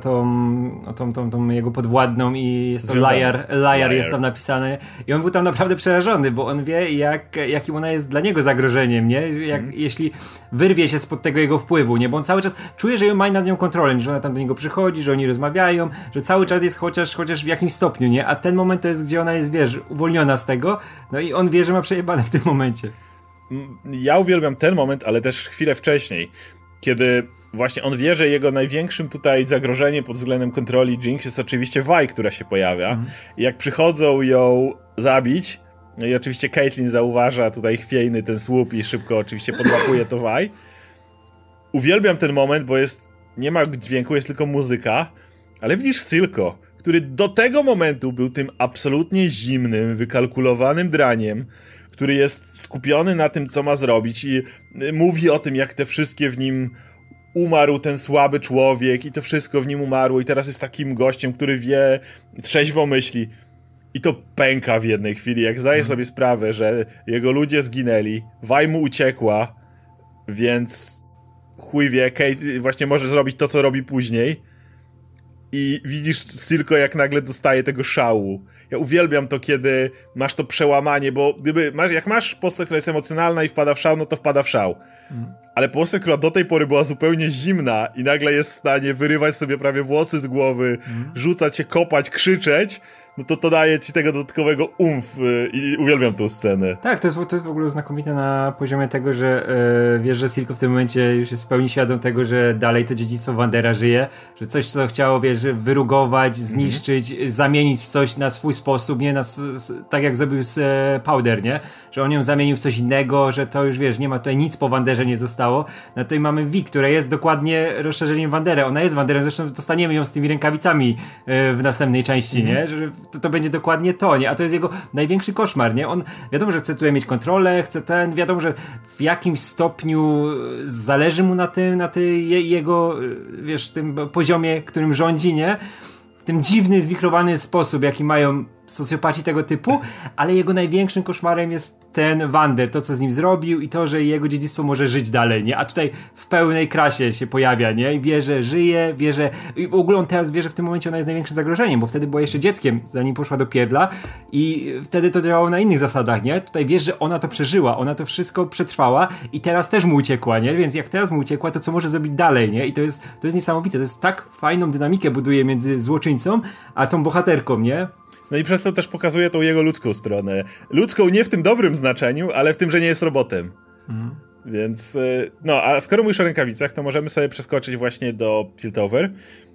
tą jego podwładną i jest to liar jest tam napisane. I on był tam naprawdę przerażony, bo on wie, jakim ona jest dla niego zagrożeniem, nie? Jeśli wyrwie się spod tego jego wpływu, nie? Bo on cały czas czuje, że ma nad nią kontrolę, że ona tam do niego przychodzi, że oni rozmawiają, że cały czas jest chociaż w jakimś stopniu, nie? A ten moment to jest, gdzie ona jest, wiesz, uwolniona z tego, no i on wie, że ma przejebane w tym momencie. Ja uwielbiam ten moment, ale też chwilę wcześniej, kiedy właśnie on wie, że jego największym tutaj zagrożeniem pod względem kontroli Jinx jest oczywiście Vi, która się pojawia. I jak przychodzą ją zabić, no i oczywiście Caitlyn zauważa tutaj chwiejny ten słup i szybko oczywiście podłapuje to Vi. Uwielbiam ten moment, bo nie ma dźwięku, jest tylko muzyka, ale widzisz Silco, który do tego momentu był tym absolutnie zimnym, wykalkulowanym draniem, który jest skupiony na tym, co ma zrobić i mówi o tym, jak te wszystkie w nim umarł ten słaby człowiek i to wszystko w nim umarło i teraz jest takim gościem, który wie, trzeźwo myśli. I to pęka w jednej chwili, jak zdaje sobie sprawę, że jego ludzie zginęli, Vi mu uciekła, więc chuj wie, Kate właśnie może zrobić to, co robi później. I widzisz Silco, jak nagle dostaje tego szału. Ja uwielbiam to, kiedy masz to przełamanie, bo jak masz postać, która jest emocjonalna i wpada w szał, no to wpada w szał. Ale postać, która do tej pory była zupełnie zimna i nagle jest w stanie wyrywać sobie prawie włosy z głowy, rzucać się, kopać, krzyczeć, no to daje ci tego dodatkowego i uwielbiam tą scenę. Tak, to jest w ogóle znakomite na poziomie tego, że wiesz, że Silco w tym momencie już jest w pełni świadom tego, że dalej to dziedzictwo Wandera żyje, że coś, co chciało, wiesz, wyrugować, zniszczyć, zamienić w coś na swój sposób, nie? Tak jak zrobił z Powder, nie? Że on ją zamienił w coś innego, że to już, wiesz, nie ma tutaj nic po Wanderze nie zostało. No tutaj mamy Vi, która jest dokładnie rozszerzeniem Wandera. Ona jest Wanderem, zresztą dostaniemy ją z tymi rękawicami w następnej części, nie? Że to będzie dokładnie to, nie? A to jest jego największy koszmar, nie? On wiadomo, że chce tutaj mieć kontrolę, wiadomo, że w jakimś stopniu zależy mu na jego, wiesz, tym poziomie, którym rządzi, nie? W tym dziwny, zwichrowany sposób, jaki mają socjopaci tego typu, ale jego największym koszmarem jest ten Wander, to co z nim zrobił i to, że jego dziedzictwo może żyć dalej, nie? A tutaj w pełnej krasie się pojawia, nie? I wie, że żyje, wie, że... I w ogóle on teraz wie, że w tym momencie ona jest największym zagrożeniem, bo wtedy była jeszcze dzieckiem, zanim poszła do pierdla i wtedy to działało na innych zasadach, nie? Tutaj wiesz, że ona to przeżyła, ona to wszystko przetrwała i teraz też mu uciekła, nie? Więc jak teraz mu uciekła, to co może zrobić dalej, nie? I to jest niesamowite, to jest tak fajną dynamikę buduje między złoczyńcą a tą bohaterką, nie? No i przez to też pokazuje tą jego ludzką stronę. Ludzką nie w tym dobrym znaczeniu, ale w tym, że nie jest robotem. Więc, no, a skoro mówisz o rękawicach, to możemy sobie przeskoczyć właśnie do Piltover,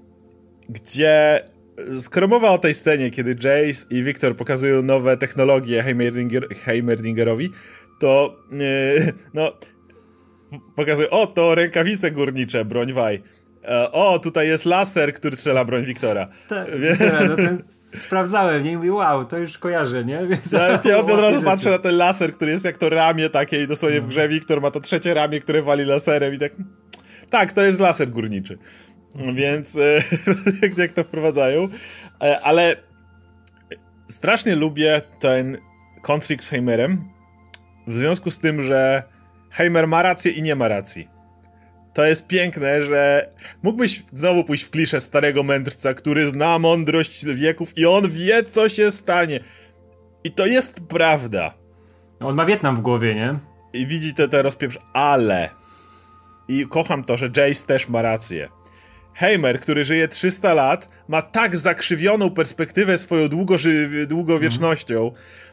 gdzie, skoro mowa o tej scenie, kiedy Jace i Victor pokazują nowe technologie Heimerdingerowi, to, no, pokazują, to rękawice górnicze, broń Vi. Tutaj jest laser, który strzela broń Wiktora. Tak, no ten sprawdzałem, nie? I mówię, wow, to już kojarzę, nie? Więc ja od razu patrzę na ten laser, który jest jak to ramię takie i dosłownie w grze Wiktor ma to trzecie ramię, które wali laserem i tak, to jest laser górniczy. Więc jak to wprowadzają. Ale strasznie lubię ten konflikt z Heimerem w związku z tym, że Heimer ma rację i nie ma racji. To jest piękne, że mógłbyś znowu pójść w kliszę starego mędrca, który zna mądrość wieków i on wie, co się stanie. I to jest prawda. On ma Wietnam w głowie, nie? I widzi te rozpieprz... Ale... I kocham to, że Jace też ma rację. Heimer, który żyje 300 lat, ma tak zakrzywioną perspektywę swoją długowiecznością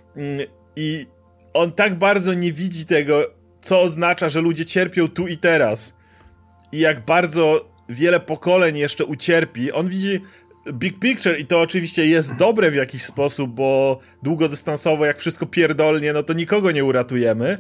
i on tak bardzo nie widzi tego, co oznacza, że ludzie cierpią tu i teraz. I jak bardzo wiele pokoleń jeszcze ucierpi. On widzi big picture i to oczywiście jest dobre w jakiś sposób, bo długodystansowo jak wszystko pierdolnie, no to nikogo nie uratujemy.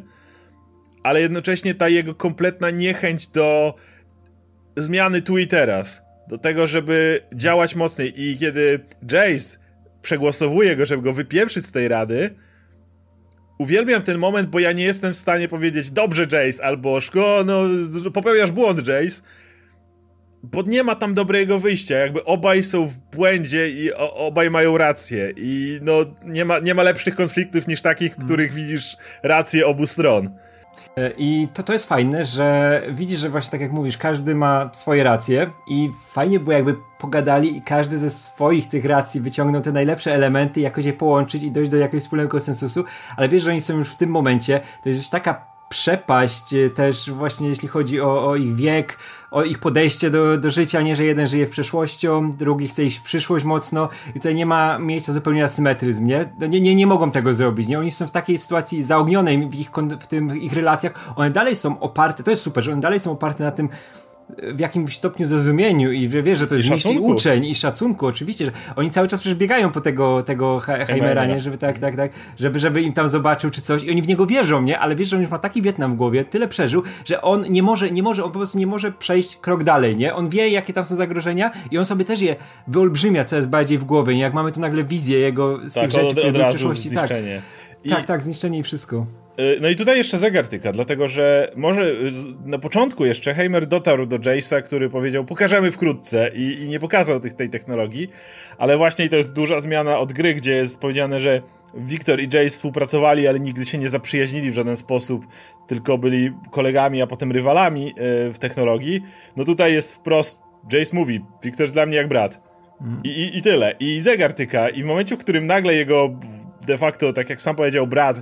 Ale jednocześnie ta jego kompletna niechęć do zmiany tu i teraz. do tego, żeby działać mocniej. I kiedy Jace przegłosowuje go, żeby go wypieprzyć z tej rady, uwielbiam ten moment, bo ja nie jestem w stanie powiedzieć dobrze Jace, albo no popełniasz błąd Jace, bo nie ma tam dobrego wyjścia, jakby obaj są w błędzie i obaj mają rację i no nie ma lepszych konfliktów niż takich, w których widzisz rację obu stron. I to jest fajne, że widzisz, że właśnie tak jak mówisz, każdy ma swoje racje i fajnie było jakby pogadali i każdy ze swoich tych racji wyciągnął te najlepsze elementy, jakoś je połączyć i dojść do jakiegoś wspólnego konsensusu, ale wiesz, że oni są już w tym momencie, to jest już taka przepaść też właśnie jeśli chodzi o ich wiek, o ich podejście do życia, nie, że jeden żyje w przeszłością, drugi chce iść w przyszłość mocno i tutaj nie ma miejsca zupełnie na symetryzm, nie? Nie mogą tego zrobić, nie? Oni są w takiej sytuacji zaognionej w tym ich relacjach, one dalej są oparte, to jest super, że one dalej są oparte na tym w jakimś stopniu zrozumieniu i wiesz, że to jest mistrz uczeń i szacunku, oczywiście, że oni cały czas przecież biegają po tego Heimera, nie? Żeby tak, żeby im tam zobaczył czy coś i oni w niego wierzą, nie? Ale wiesz, że on już ma taki Wietnam w głowie, tyle przeżył, że on on po prostu nie może przejść krok dalej, nie? On wie, jakie tam są zagrożenia i on sobie też je wyolbrzymia coraz bardziej w głowie, nie? Jak mamy tu nagle wizję jego z tych rzeczy, które były w przyszłości. Zniszczenie. Tak, zniszczenie i wszystko. No i tutaj jeszcze zegar tyka, dlatego że może na początku jeszcze Heimer dotarł do Jace'a, który powiedział pokażemy wkrótce i nie pokazał tej technologii, ale właśnie to jest duża zmiana od gry, gdzie jest powiedziane, że Victor i Jace współpracowali, ale nigdy się nie zaprzyjaźnili w żaden sposób, tylko byli kolegami, a potem rywalami w technologii. No tutaj jest wprost, Jace mówi, Victor jest dla mnie jak brat. I tyle. I zegar tyka i w momencie, w którym nagle jego de facto, tak jak sam powiedział, brat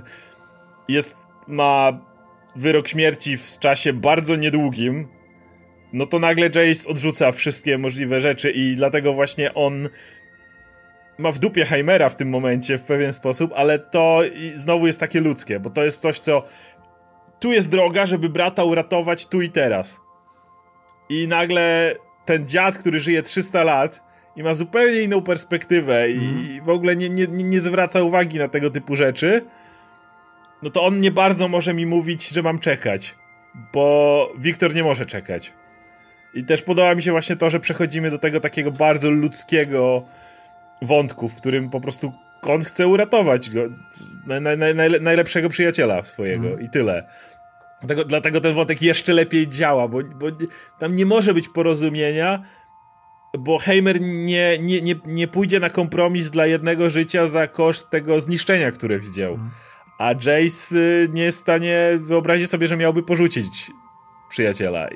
ma wyrok śmierci w czasie bardzo niedługim, no to nagle Jace odrzuca wszystkie możliwe rzeczy i dlatego właśnie on ma w dupie Heimera w tym momencie w pewien sposób, ale to znowu jest takie ludzkie, bo to jest coś, co tu jest droga, żeby brata uratować tu i teraz. I nagle ten dziad, który żyje 300 lat i ma zupełnie inną perspektywę i w ogóle nie zwraca uwagi na tego typu rzeczy, no to on nie bardzo może mi mówić, że mam czekać, bo Victor nie może czekać. I też podoba mi się właśnie to, że przechodzimy do tego takiego bardzo ludzkiego wątku, w którym po prostu on chce uratować go, najlepszego przyjaciela swojego i tyle. Dlatego ten wątek jeszcze lepiej działa, bo tam nie może być porozumienia, bo Heimer nie pójdzie na kompromis dla jednego życia za koszt tego zniszczenia, które widział. A Jace nie jest w stanie wyobrazić sobie, że miałby porzucić przyjaciela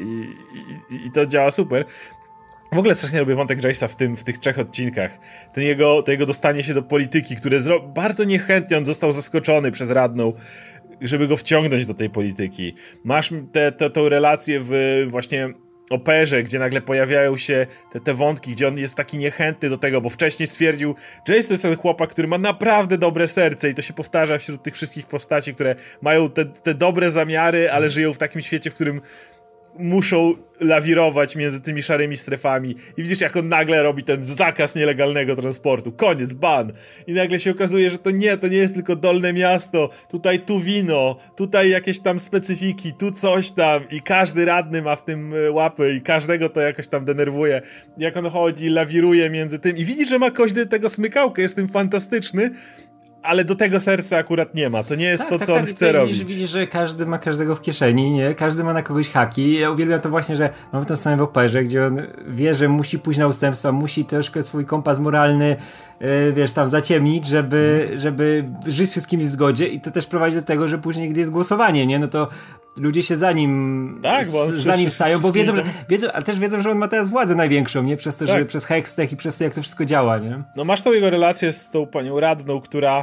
i to działa super. W ogóle strasznie lubię wątek Jace'a w tych 3 odcinkach. To jego dostanie się do polityki, które bardzo niechętnie on został zaskoczony przez radną, żeby go wciągnąć do tej polityki. Masz tę relację w właśnie operze, gdzie nagle pojawiają się te wątki, gdzie on jest taki niechętny do tego, bo wcześniej stwierdził, że jest ten chłopak, który ma naprawdę dobre serce i to się powtarza wśród tych wszystkich postaci, które mają te dobre zamiary, ale żyją w takim świecie, w którym muszą lawirować między tymi szarymi strefami i widzisz, jak on nagle robi ten zakaz nielegalnego transportu, koniec, ban i nagle się okazuje, że to nie jest tylko Dolne Miasto, tu wino, tutaj jakieś tam specyfiki, tu coś tam i każdy radny ma w tym łapy i każdego to jakoś tam denerwuje, jak on chodzi, lawiruje między tym i widzisz, że ma każdy tego smykałkę, jest tym fantastyczny, ale do tego serca akurat nie ma. To nie jest co on chce robić. Widzisz, że każdy ma każdego w kieszeni, nie? Każdy ma na kogoś haki. Ja uwielbiam to właśnie, że mamy to samym w operze, gdzie on wie, że musi pójść na ustępstwa, musi troszkę swój kompas moralny tam zaciemnić, żeby żyć z wszystkimi w zgodzie i to też prowadzi do tego, że później, gdy jest głosowanie, nie? No to ludzie się za nim stają, bo wiedzą, że on ma teraz władzę największą, nie? Przez to, że przez Hextech i przez to, jak to wszystko działa, nie? No masz tą jego relację z tą panią radną, która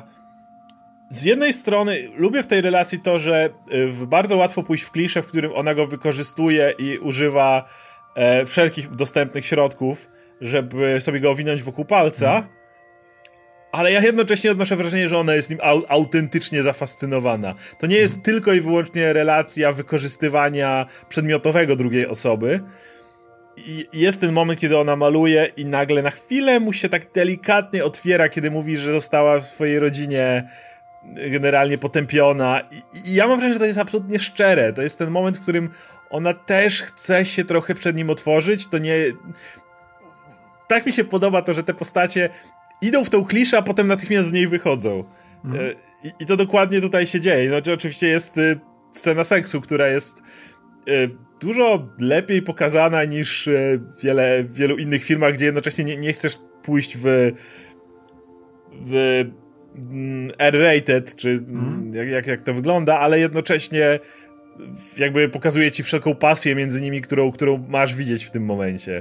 z jednej strony lubię w tej relacji to, że bardzo łatwo pójść w kliszę, w którym ona go wykorzystuje i używa wszelkich dostępnych środków, żeby sobie go owinąć wokół palca, ale ja jednocześnie odnoszę wrażenie, że ona jest nim autentycznie zafascynowana. To nie jest tylko i wyłącznie relacja wykorzystywania przedmiotowego drugiej osoby. I jest ten moment, kiedy ona maluje i nagle na chwilę mu się tak delikatnie otwiera, kiedy mówi, że została w swojej rodzinie generalnie potępiona. I ja mam wrażenie, że to jest absolutnie szczere. To jest ten moment, w którym ona też chce się trochę przed nim otworzyć. To nie... tak mi się podoba to, że te postacie idą w tą kliszę, a potem natychmiast z niej wychodzą. I to dokładnie tutaj się dzieje. No, oczywiście jest scena seksu, która jest dużo lepiej pokazana niż w wielu innych filmach, gdzie jednocześnie nie chcesz pójść w R-rated, czy jak to wygląda, ale jednocześnie jakby pokazuje ci wszelką pasję między nimi, którą masz widzieć w tym momencie.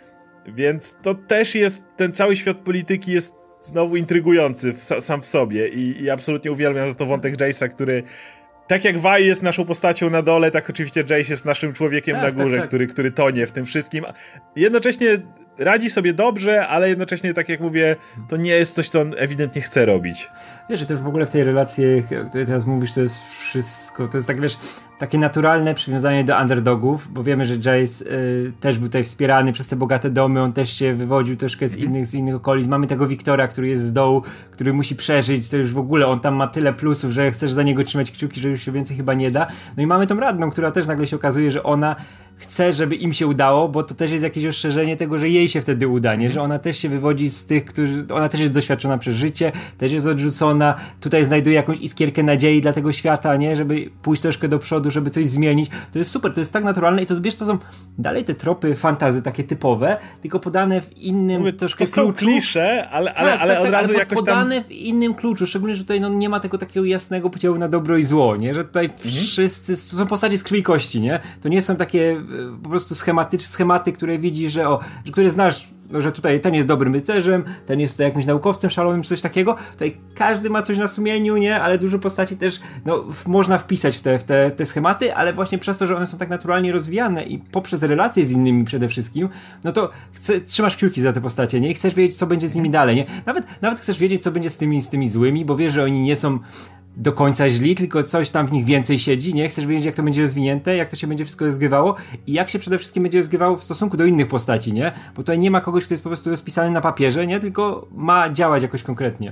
Więc to też jest, ten cały świat polityki jest znowu intrygujący sam w sobie i absolutnie uwielbiam za to wątek Jace'a, który tak jak Vi jest naszą postacią na dole, tak oczywiście Jace jest naszym człowiekiem na górze, tak. Który tonie w tym wszystkim. Jednocześnie radzi sobie dobrze, ale jednocześnie, tak jak mówię, to nie jest coś, co on ewidentnie chce robić. Wiesz, że też w ogóle w tej relacji, o której teraz mówisz, to jest wszystko, to jest tak, wiesz, takie naturalne przywiązanie do underdogów, bo wiemy, że Jace też był tutaj wspierany przez te bogate domy, on też się wywodził troszkę z innych okolic. Mamy tego Wiktora, który jest z dołu, który musi przeżyć, to już w ogóle on tam ma tyle plusów, że chcesz za niego trzymać kciuki, że już się więcej chyba nie da. No i mamy tą Radną, która też nagle się okazuje, że ona chce, żeby im się udało, bo to też jest jakieś ostrzeżenie tego, że jej się wtedy uda, nie? Że ona też się wywodzi z tych, ona też jest doświadczona przez życie, też jest odrzucona, tutaj znajduje jakąś iskierkę nadziei dla tego świata, nie? Żeby pójść troszkę do przodu, żeby coś zmienić. To jest super, to jest tak naturalne i to, wiesz, to są dalej te tropy fantasy takie typowe, tylko podane w innym troszkę kluczu. To są klisze, ale od razu jakoś tam... podane w innym kluczu, szczególnie, że tutaj nie ma tego takiego jasnego podziału na dobro i zło, nie? Że tutaj wszyscy, to są postacie z krwi i kości, nie? To nie są takie po prostu schematy, które widzisz, które znasz, że tutaj ten jest dobrym rycerzem, ten jest tutaj jakimś naukowcem szalonym, czy coś takiego. Tutaj każdy ma coś na sumieniu, nie? Ale dużo postaci też można wpisać w te schematy, ale właśnie przez to, że one są tak naturalnie rozwijane i poprzez relacje z innymi przede wszystkim, no to trzymasz kciuki za te postacie, nie? I chcesz wiedzieć, co będzie z nimi dalej, nie? Nawet chcesz wiedzieć, co będzie z tymi złymi, bo wiesz, że oni nie są do końca źli, tylko coś tam w nich więcej siedzi, nie? Chcesz wiedzieć, jak to będzie rozwinięte, jak to się będzie wszystko rozgrywało i jak się przede wszystkim będzie rozgrywało w stosunku do innych postaci, nie? Bo tutaj nie ma kogoś, kto jest po prostu rozpisany na papierze, nie? Tylko ma działać jakoś konkretnie.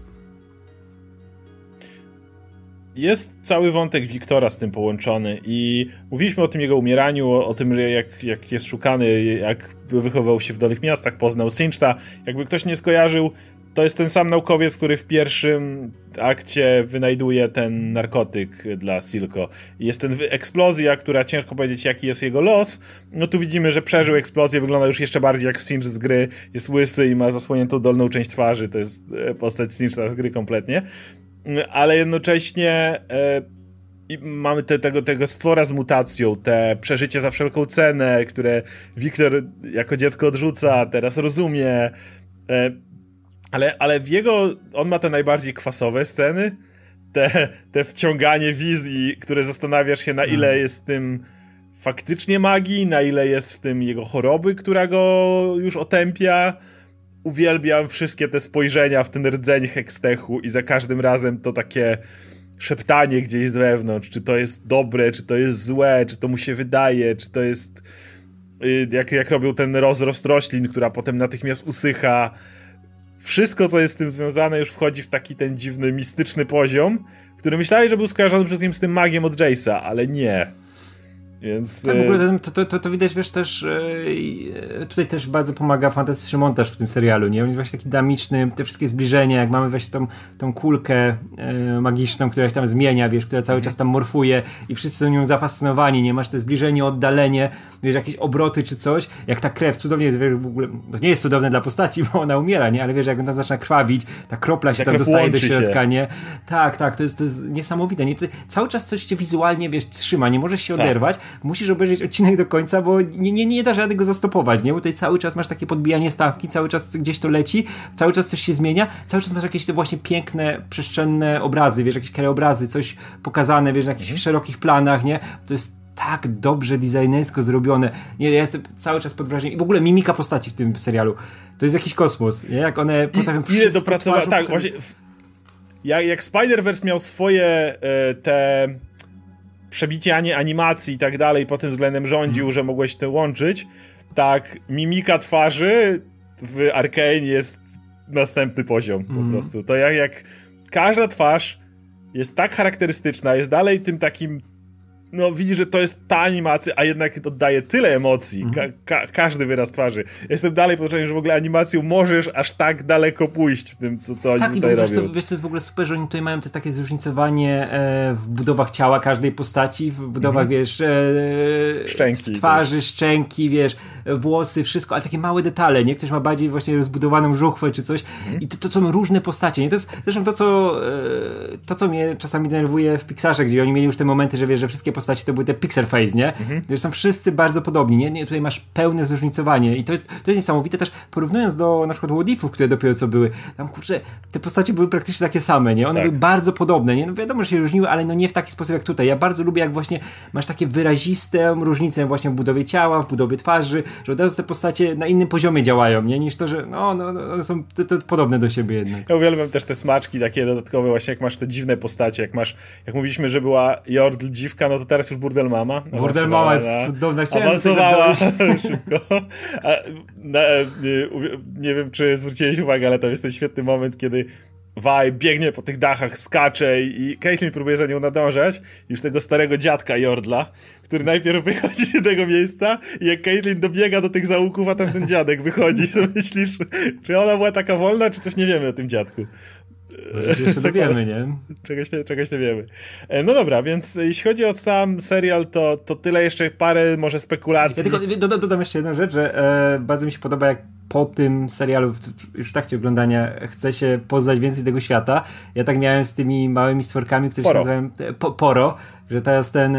Jest cały wątek Wiktora z tym połączony i mówiliśmy o tym jego umieraniu, o tym, że jak jest szukany, jak wychowywał się w Dolnych Miastach, poznał Sinchta. Jakby ktoś nie skojarzył, to jest ten sam naukowiec, który w pierwszym akcie wynajduje ten narkotyk dla Silco. Jest ten eksplozja, która ciężko powiedzieć, jaki jest jego los. No tu widzimy, że przeżył eksplozję, wygląda już jeszcze bardziej jak Sinch z gry. Jest łysy i ma zasłoniętą dolną część twarzy. To jest postać Sincha z gry kompletnie. Ale jednocześnie i mamy tego stwora z mutacją, te przeżycie za wszelką cenę, które Wiktor jako dziecko odrzuca, teraz rozumie. Ale on ma te najbardziej kwasowe sceny, te wciąganie wizji, które zastanawiasz się, na ile jest w tym faktycznie magii, na ile jest w tym jego choroby, która go już otępia. Uwielbiam wszystkie te spojrzenia w ten rdzeń Hextechu i za każdym razem to takie szeptanie gdzieś z wewnątrz, czy to jest dobre, czy to jest złe, czy to mu się wydaje, czy to jest jak robią ten rozrost roślin, która potem natychmiast usycha. Wszystko, co jest z tym związane, już wchodzi w taki ten dziwny, mistyczny poziom, który myślałem, że był skojarzony przede wszystkim z tym magiem od Jace'a, ale nie. Więc... Tak, w ogóle to widać, wiesz, też tutaj też bardzo pomaga fantastyczny montaż w tym serialu, nie? On jest właśnie taki dynamiczny, te wszystkie zbliżenia, jak mamy właśnie tą kulkę magiczną, która się tam zmienia, wiesz, która cały czas tam morfuje i wszyscy są nią zafascynowani, nie? Masz te zbliżenie, oddalenie, wiesz, jakieś obroty czy coś, jak ta krew cudownie jest, wiesz, w ogóle, to nie jest cudowne dla postaci, bo ona umiera, nie? Ale wiesz, jak on tam zaczyna krwawić, ta kropla się tam dostaje do środka, nie? Tak, to jest niesamowite, nie? Cały czas coś cię wizualnie, wiesz, trzyma, nie możesz się oderwać, musisz obejrzeć odcinek do końca, bo nie da rady go zastopować, nie? Bo tutaj cały czas masz takie podbijanie stawki, cały czas gdzieś to leci, cały czas coś się zmienia, cały czas masz jakieś te właśnie piękne, przestrzenne obrazy, wiesz, jakieś krajobrazy, coś pokazane, wiesz, na jakichś szerokich planach, nie? To jest tak dobrze designersko zrobione. Nie, ja jestem cały czas pod wrażeniem. I w ogóle mimika postaci w tym serialu. To jest jakiś kosmos, nie? Jak one potrafią ile dopracować. Tak, właśnie jak Spider-Verse miał swoje te przebicie animacji i tak dalej, pod tym względem rządził, że mogłeś to łączyć, tak mimika twarzy w Arcane jest następny poziom po prostu. To jak każda twarz jest tak charakterystyczna, jest dalej tym takim no widzi, że to jest ta animacja, a jednak oddaje tyle emocji, każdy wyraz twarzy. Jestem dalej pod wrażeniem, że w ogóle animacją możesz aż tak daleko pójść w tym, co oni tutaj robią. Wiesz, to jest w ogóle super, że oni tutaj mają też takie zróżnicowanie w budowach ciała każdej postaci, w budowach, wiesz, szczęki, twarzy, szczęki, wiesz, włosy, wszystko, ale takie małe detale, nie? Ktoś ma bardziej właśnie rozbudowaną żuchwę czy coś i to są różne postacie, nie? To jest zresztą to, co mnie czasami denerwuje w Pixarze, gdzie oni mieli już te momenty, że wiesz, że wszystkie postaci to były te pixel face, nie? Że są wszyscy bardzo podobni, nie? Tutaj masz pełne zróżnicowanie i to jest niesamowite też, porównując do na przykład What Ifów, które dopiero co były, tam kurczę, te postacie były praktycznie takie same, nie? One były bardzo podobne, nie? No wiadomo, że się różniły, ale no nie w taki sposób jak tutaj. Ja bardzo lubię, jak właśnie masz takie wyraziste różnice właśnie w budowie ciała, w budowie twarzy, że od razu te postacie na innym poziomie działają, nie? Niż to, że one są to podobne do siebie jednak. Ja uwielbiam też te smaczki takie dodatkowe, właśnie jak masz te dziwne postacie, jak mówiliśmy, że była Jordl dziwka, no to teraz już Burdel Mama. Burdel Mama jest cudowna. Awansowała szybko. Nie wiem, czy zwróciłeś uwagę, ale to jest ten świetny moment, kiedy Vi biegnie po tych dachach, skacze i Caitlyn próbuje za nią nadążać. Już tego starego dziadka Jordla, który najpierw wychodzi z tego miejsca i jak Caitlyn dobiega do tych zaułków, a tam ten dziadek wychodzi, to myślisz, czy ona była taka wolna, czy coś nie wiemy o tym dziadku. Jeszcze dowiemy, nie? Czegoś nie wiemy. No dobra, więc jeśli chodzi o sam serial, to tyle, jeszcze parę może spekulacji. Ja tylko dodam jeszcze jedną rzecz, że bardzo mi się podoba, jak po tym serialu, już w trakcie oglądania, chce się poznać więcej tego świata. Ja tak miałem z tymi małymi stworkami, które się nazywają Poro, że teraz ten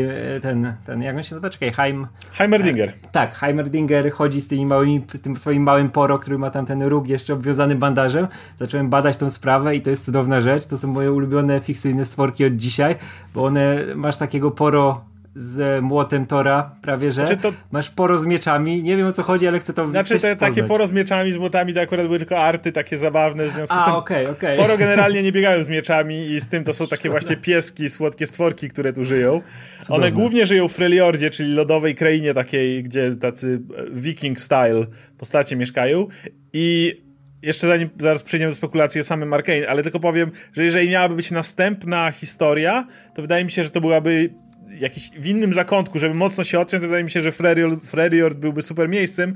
jak on się nazywa? Czekaj, Heimerdinger. Tak, Heimerdinger chodzi z tym swoim małym Poro, który ma tam ten róg jeszcze obwiązany bandażem. Zacząłem badać tą sprawę i to jest cudowna rzecz. To są moje ulubione fikcyjne stworki od dzisiaj, bo masz takiego Poro z młotem Tora, prawie że. Masz Poro z mieczami. Nie wiem, o co chodzi, ale chcę to takie Poro z mieczami, z młotami, to akurat były tylko arty takie zabawne, w związku z tym okej. Poro generalnie nie biegają z mieczami i z tym to są takie właśnie pieski, słodkie stworki, które tu żyją. Cudowne. One głównie żyją w Freljordzie, czyli lodowej krainie takiej, gdzie tacy viking style postacie mieszkają i jeszcze zaraz przejdziemy do spekulacji o samym Arcane, ale tylko powiem, że jeżeli miałaby być następna historia, to wydaje mi się, że to byłaby jakiś w innym zakątku, żeby mocno się odciąć, to wydaje mi się, że Freljord byłby super miejscem,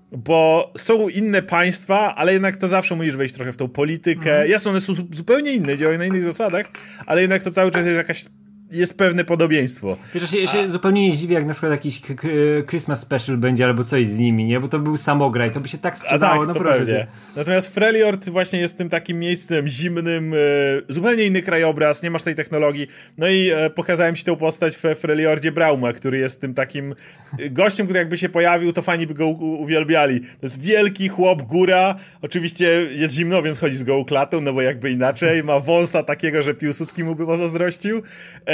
bo są inne państwa, ale jednak to zawsze musisz wejść trochę w tą politykę. Jasne, one są zupełnie inne, działają na innych zasadach, ale jednak to cały czas jest pewne podobieństwo. Wiesz, ja się zupełnie nie zdziwię, jak na przykład jakiś Christmas special będzie, albo coś z nimi, nie? Bo to był samograj, to by się tak sprzedało, no proszę cię. Natomiast Freljord właśnie jest tym takim miejscem zimnym, zupełnie inny krajobraz, nie masz tej technologii. No i pokazałem ci tę postać w Freljordzie Brauma, który jest tym takim gościem, który jakby się pojawił, to fani by go uwielbiali. To jest wielki chłop, góra, oczywiście jest zimno, więc chodzi z gołą klatą, no bo jakby inaczej, ma wąsa takiego, że Piłsudski mu by pozazdrościł.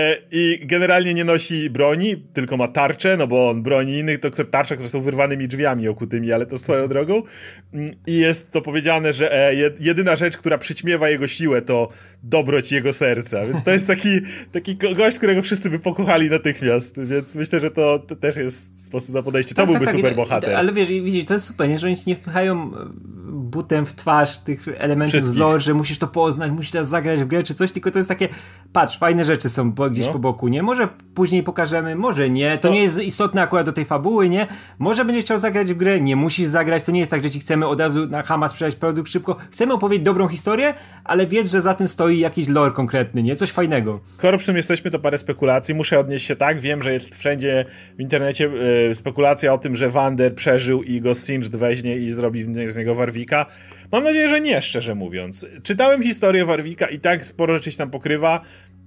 I generalnie nie nosi broni, tylko ma tarczę, no bo on broni innych, to tarcze, które są wyrwanymi drzwiami okutymi, ale to swoją drogą. I jest to powiedziane, że jedyna rzecz, która przyćmiewa jego siłę, to dobroć jego serca. Więc to jest taki gość, którego wszyscy by pokochali natychmiast. Więc myślę, że to też jest sposób na podejście. To byłby super bohater. Ale widzisz, to jest super, nie? Że oni ci nie wpychają butem w twarz tych elementów z lore, że musisz to poznać, musisz teraz zagrać w grę czy coś, tylko to jest takie, patrz, fajne rzeczy są gdzieś po boku, nie? Może później pokażemy, może nie, to nie jest istotne akurat do tej fabuły, nie? Może będziesz chciał zagrać w grę, nie musisz zagrać, to nie jest tak, że ci chcemy od razu na chama sprzedać produkt szybko, chcemy opowiedzieć dobrą historię, ale wiedz, że za tym stoi jakiś lore konkretny, nie? Coś fajnego. Skoro przy tym jesteśmy, to parę spekulacji, muszę odnieść się tak, wiem, że jest wszędzie w internecie spekulacja o tym, że Wander przeżył i go Singed weźmie i zrobi z niego Warwicka. Mam nadzieję, że nie, szczerze mówiąc. Czytałem historię Warwicka i tak sporo rzeczy się tam pokrywa.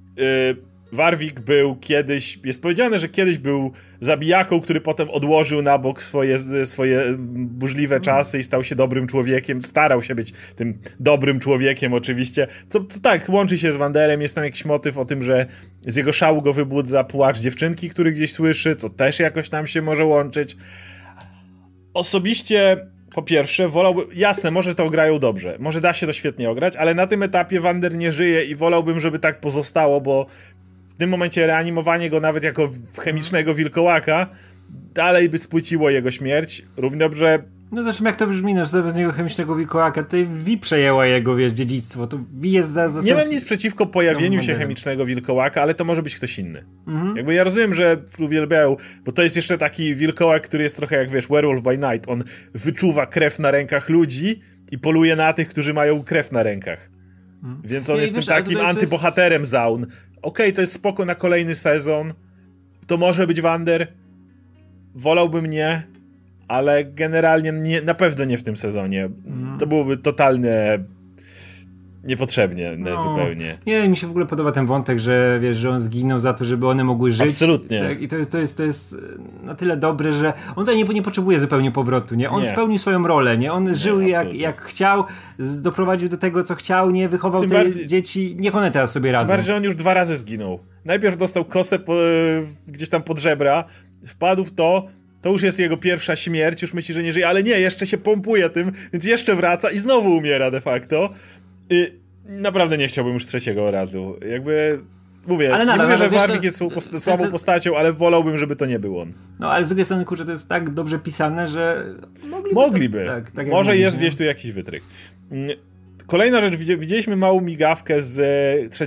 Warwick był kiedyś, jest powiedziane, że kiedyś był zabijaką, który potem odłożył na bok swoje burzliwe czasy i stał się dobrym człowiekiem, starał się być tym dobrym człowiekiem oczywiście, co tak, łączy się z Wanderem, jest tam jakiś motyw o tym, że z jego szału go wybudza płacz dziewczynki, który gdzieś słyszy, co też jakoś tam się może łączyć. Osobiście po pierwsze, wolałbym, jasne, może to grają dobrze, może da się to świetnie ograć, ale na tym etapie Wander nie żyje i wolałbym, żeby tak pozostało, bo w tym momencie reanimowanie go nawet jako chemicznego wilkołaka dalej by spłyciło jego śmierć. Równie dobrze No zresztą jak to brzmi, no, że z niego chemicznego wilkołaka, to Vi przejęła jego, wiesz, dziedzictwo, to Vi jest za Nie mam nic przeciwko pojawieniu się chemicznego wilkołaka, ale to może być ktoś inny. Jakby ja rozumiem, że uwielbiają, bo to jest jeszcze taki wilkołak, który jest trochę jak, wiesz, Werewolf by Night, on wyczuwa krew na rękach ludzi i poluje na tych, którzy mają krew na rękach. Więc on jest tym takim antybohaterem Zaun. Okej, to jest spoko na kolejny sezon, to może być Wander, wolałbym nie, ale generalnie na pewno nie w tym sezonie. To byłoby totalnie niepotrzebnie zupełnie. Nie, mi się w ogóle podoba ten wątek, że wiesz, że on zginął za to, żeby one mogły żyć. Absolutnie. Tak, i to jest na tyle dobre, że on tutaj nie potrzebuje zupełnie powrotu, nie? On spełnił swoją rolę, nie? On żył jak chciał, doprowadził do tego, co chciał, nie? Wychował te dzieci, niech one teraz sobie radzą. Tym bardziej, że on już 2 razy zginął. Najpierw dostał kosę gdzieś tam pod żebra, wpadł w to już jest jego pierwsza śmierć, już myśli, że nie żyje, ale nie, jeszcze się pompuje tym, więc jeszcze wraca i znowu umiera de facto. Naprawdę nie chciałbym już 3. razu. Jakby, mówię, ale nadal, nie mówię, że Warwick jest słabą postacią, ale wolałbym, żeby to nie był on. No, ale z drugiej strony, kurczę, to jest tak dobrze pisane, że mogliby. Tak Może jest gdzieś tu jakiś wytrych. Kolejna rzecz, widzieliśmy małą migawkę z 3.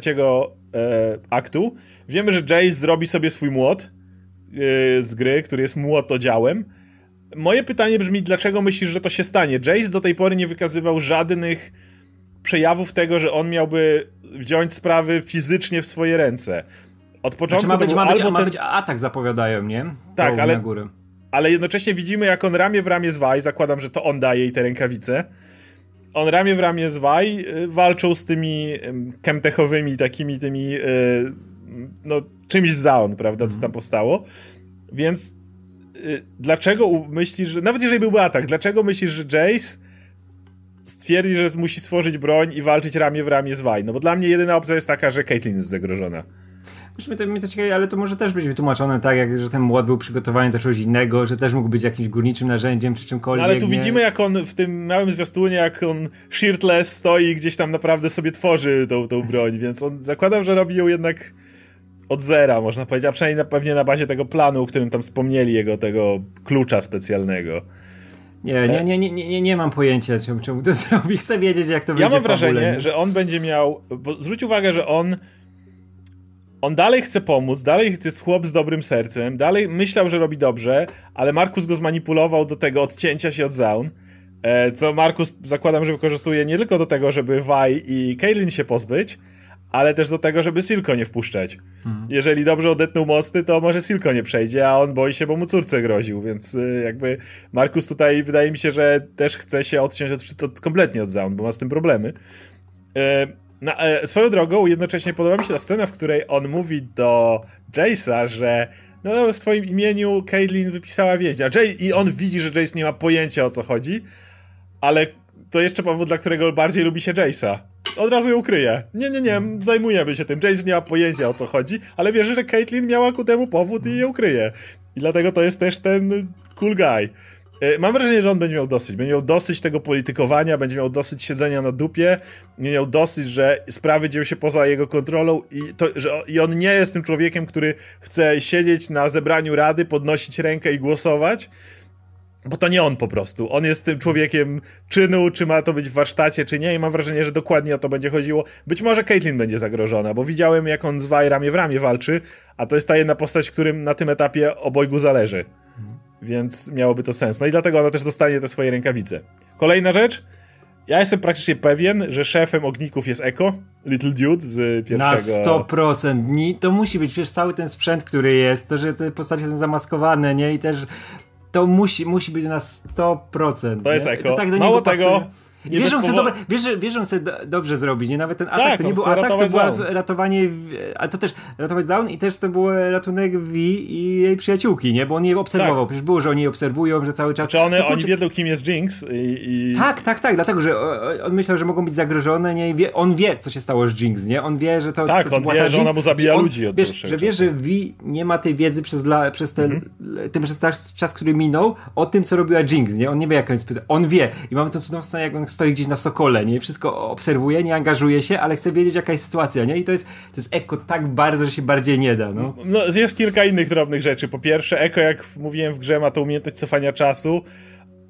aktu. Wiemy, że Jace zrobi sobie swój młot z gry, który jest młotodziałem. Moje pytanie brzmi, dlaczego myślisz, że to się stanie? Jace do tej pory nie wykazywał żadnych przejawów tego, że on miałby wziąć sprawy fizycznie w swoje ręce. Od początku ma być atak, zapowiadają, nie? Tak, ale jednocześnie widzimy, jak on ramię w ramię z Vi, zakładam, że to on daje jej te rękawice. On ramię w ramię z Vi walczą z tymi chemtechowymi takimi tymi czymś z Zaun, prawda, co tam powstało. Więc dlaczego myślisz, że nawet jeżeli byłby atak, dlaczego myślisz, że Jace stwierdzi, że musi stworzyć broń i walczyć ramię w ramię z Vi? No bo dla mnie jedyna opcja jest taka, że Caitlyn jest zagrożona. Wiesz, mnie to ciekawi, ale to może też być wytłumaczone tak, że ten młot był przygotowany do czegoś innego, że też mógł być jakimś górniczym narzędziem czy czymkolwiek. No ale tu widzimy, jak on w tym małym zwiastunie, jak on shirtless stoi i gdzieś tam naprawdę sobie tworzy tą broń, więc on zakładam, że robi ją jednak od zera, można powiedzieć, a przynajmniej pewnie na bazie tego planu, o którym tam wspomnieli, tego klucza specjalnego. Nie mam pojęcia, czemu to zrobi. Chcę wiedzieć, jak to będzie. Ja mam wrażenie, że on będzie miał... Bo zwróć uwagę, że on dalej chce pomóc, dalej jest chłop z dobrym sercem, dalej myślał, że robi dobrze, ale Markus go zmanipulował do tego odcięcia się od Zaun, co Markus, zakładam, że wykorzystuje nie tylko do tego, żeby Vi i Caitlyn się pozbyć, ale też do tego, żeby Silco nie wpuszczać. Jeżeli dobrze odetnął mosty, to może Silco nie przejdzie, a on boi się, bo mu córce groził, więc jakby Markus tutaj wydaje mi się, że też chce się odciąć kompletnie od Zaun, bo ma z tym problemy. Swoją drogą, jednocześnie podoba mi się ta scena, w której on mówi do Jace'a, że w twoim imieniu Caitlyn wypisała wieść, i on widzi, że Jace nie ma pojęcia, o co chodzi, ale to jeszcze powód, dla którego bardziej lubi się Jace'a. Od razu ją kryje. Nie, zajmujemy się tym. Jace nie ma pojęcia, o co chodzi, ale wierzy, że Caitlyn miała ku temu powód i ją kryje. I dlatego to jest też ten cool guy. Mam wrażenie, że on będzie miał dosyć. Będzie miał dosyć tego politykowania, będzie miał dosyć siedzenia na dupie, będzie miał dosyć, że sprawy dzieją się poza jego kontrolą i on nie jest tym człowiekiem, który chce siedzieć na zebraniu rady, podnosić rękę i głosować, bo to nie on po prostu. On jest tym człowiekiem czynu, czy ma to być w warsztacie, czy nie, i mam wrażenie, że dokładnie o to będzie chodziło. Być może Caitlyn będzie zagrożona, bo widziałem, jak on z Vi ramię w ramię walczy, a to jest ta jedna postać, którym na tym etapie obojgu zależy. Więc miałoby to sens. No i dlatego ona też dostanie te swoje rękawice. Kolejna rzecz. Ja jestem praktycznie pewien, że szefem ogników jest Echo, Little Dude z pierwszego... Na 100%. To musi być, przecież cały ten sprzęt, który jest, to, że te postacie są zamaskowane, nie? I też to musi być na 100%. To jest Echo. To tak do mało niego tego... Wiesz, że on chce dobrze zrobić, nie? Nawet ten atak tak, to nie był atak, to było ratowanie, a to też ratować Zaun i też to był ratunek Vi i jej przyjaciółki, nie? Bo on je obserwował, przecież było, że oni je obserwują, że cały czas... Czy oni wiedzą, kim jest Jinx i... Tak, dlatego, że on myślał, że mogą być zagrożone, nie? I on wie, co się stało z Jinx, nie? On wie, że to... Tak, on wie, że ona mu zabija ludzi. Wiesz, że Vi nie ma tej wiedzy przez ten czas, który minął, o tym, co robiła Jinx, nie? On nie wie, jak on wie. I mamy tą cudowną scenę, jak on stoi gdzieś na Sokole, nie? Wszystko obserwuje, nie angażuje się, ale chce wiedzieć, jaka jest sytuacja, nie? I to jest Echo tak bardzo, że się bardziej nie da, no. Jest kilka innych drobnych rzeczy. Po pierwsze, Echo, jak mówiłem w grze, ma tą umiejętność cofania czasu.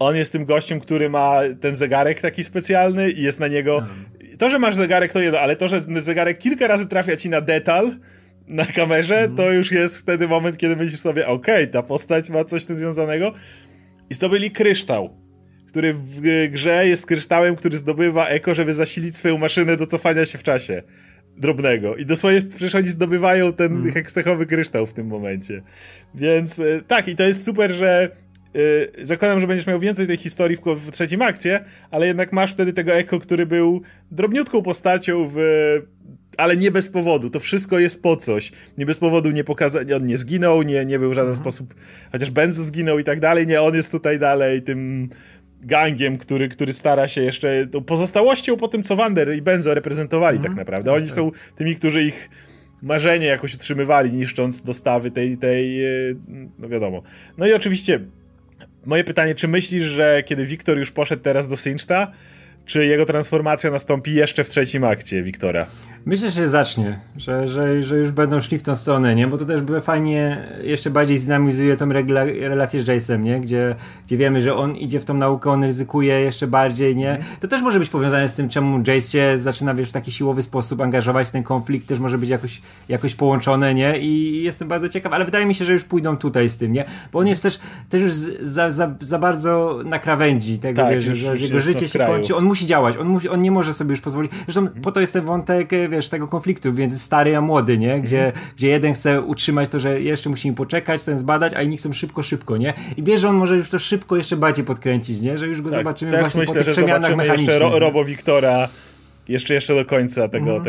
on jest tym gościem, który ma ten zegarek taki specjalny i jest na niego... To, że masz zegarek to jedno, ale to, że zegarek kilka razy trafia ci na detal na kamerze, to już jest wtedy moment, kiedy myślisz sobie, okej, ta postać ma coś z tym związanego. I zdobyli kryształ, który w grze jest kryształem, który zdobywa Eko, żeby zasilić swoją maszynę do cofania się w czasie drobnego. I dosłownie przecież oni zdobywają ten hekstechowy kryształ w tym momencie. Więc tak, i to jest super, że zakładam, że będziesz miał więcej tej historii w trzecim akcie, ale jednak masz wtedy tego Eko, który był drobniutką postacią ale nie bez powodu. To wszystko jest po coś. Nie bez powodu nie pokazał, on nie zginął, nie był w żaden sposób, chociaż Benzo zginął i tak dalej, nie, on jest tutaj dalej tym gangiem, który stara się jeszcze tą pozostałością po tym, co Wander i Benzo reprezentowali tak naprawdę. Oni są tymi, którzy ich marzenie jakoś utrzymywali, niszcząc dostawy tej no wiadomo. No i oczywiście moje pytanie, czy myślisz, że kiedy Wiktor już poszedł teraz do Sinchta, czy jego transformacja nastąpi jeszcze w trzecim akcie Wiktora? Myślę, że zacznie, że już będą szli w tą stronę, nie? Bo to też by fajnie jeszcze bardziej zdynamizuje tą relację z Jace'em, nie? Gdzie wiemy, że on idzie w tą naukę, on ryzykuje jeszcze bardziej, nie? To też może być powiązane z tym, czemu Jace się zaczyna, wiesz, w taki siłowy sposób angażować w ten konflikt, też może być jakoś połączone, nie? I jestem bardzo ciekaw, ale wydaje mi się, że już pójdą tutaj z tym, nie? Bo on jest też już za bardzo na krawędzi tego, tak, wiesz, że jego życie się kończy, on musi działać, on nie może sobie już pozwolić, zresztą po to jest ten wątek, wiesz, tego konfliktu między stary a młody, nie? Gdzie jeden chce utrzymać to, że jeszcze musimy poczekać, ten zbadać, a inni chcą szybko, nie? I wiesz, że on może już to szybko jeszcze bardziej podkręcić, nie? Że już go zobaczymy też właśnie myślę, po tych przemianach mechanicznych. Jeszcze Robo Wiktora jeszcze do końca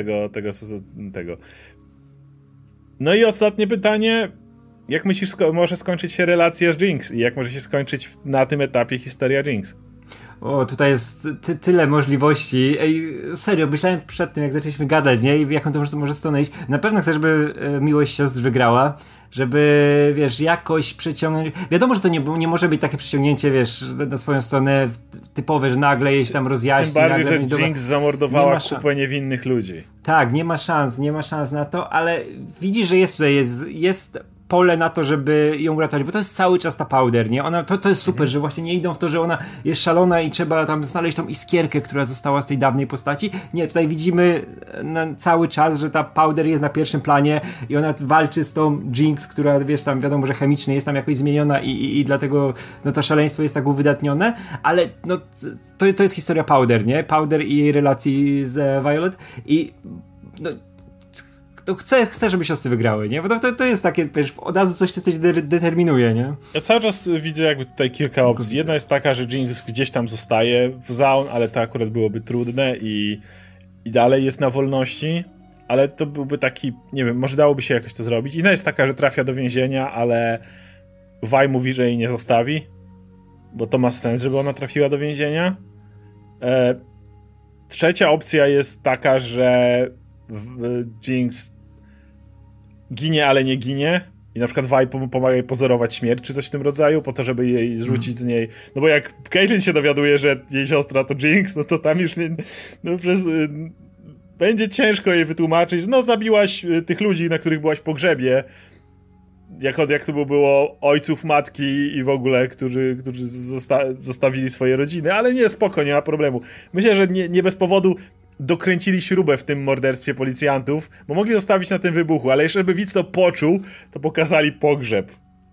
tego. No i ostatnie pytanie. Jak myślisz, może skończyć się relacja z Jinx? I jak może się skończyć na tym etapie historia Jinx? O, tutaj jest tyle możliwości. Ej, serio, myślałem przed tym, jak zaczęliśmy gadać, nie? I jaką to może stronę iść. Na pewno chcę, żeby miłość siostr wygrała. Żeby, wiesz, jakoś przeciągnąć... Wiadomo, że to nie może być takie przeciągnięcie, wiesz, na swoją stronę typowe, że nagle jej tam rozjaśni. Tym bardziej, że Jinx zamordowała kupę niewinnych ludzi. Tak, nie ma szans na to, ale widzisz, że jest tutaj, jest pole na to, żeby ją uratować, bo to jest cały czas ta Powder, nie? To jest super, że właśnie nie idą w to, że ona jest szalona i trzeba tam znaleźć tą iskierkę, która została z tej dawnej postaci. Nie, tutaj widzimy cały czas, że ta Powder jest na pierwszym planie i ona walczy z tą Jinx, która, wiesz, tam wiadomo, że chemicznie jest tam jakoś zmieniona i dlatego no to szaleństwo jest tak uwydatnione, ale no to jest historia Powder, nie? Powder i jej relacji z Violet i no to chcę, żeby siostry wygrały, nie? Bo to jest takie, wiesz, od razu coś determinuje, nie? Ja cały czas widzę jakby tutaj kilka opcji. Jedna jest taka, że Jinx gdzieś tam zostaje w Zaun, ale to akurat byłoby trudne i dalej jest na wolności, ale to byłby taki, nie wiem, może dałoby się jakoś to zrobić. Inna jest taka, że trafia do więzienia, ale Vi mówi, że jej nie zostawi, bo to ma sens, żeby ona trafiła do więzienia. Trzecia opcja jest taka, że Jinx ginie, ale nie ginie i na przykład Vi pomaga jej pozorować śmierć, czy coś w tym rodzaju, po to, żeby jej zrzucić z niej, no bo jak Caitlyn się dowiaduje, że jej siostra to Jinx, no to tam już nie, no będzie ciężko jej wytłumaczyć, no zabiłaś tych ludzi, na których byłaś w pogrzebie, jak to było ojców, matki i w ogóle, którzy zostawili swoje rodziny, ale nie, spoko, nie ma problemu. Myślę, że nie bez powodu dokręcili śrubę w tym morderstwie policjantów, bo mogli zostawić na tym wybuchu, ale jeszcze by widz to poczuł, to pokazali pogrzeb.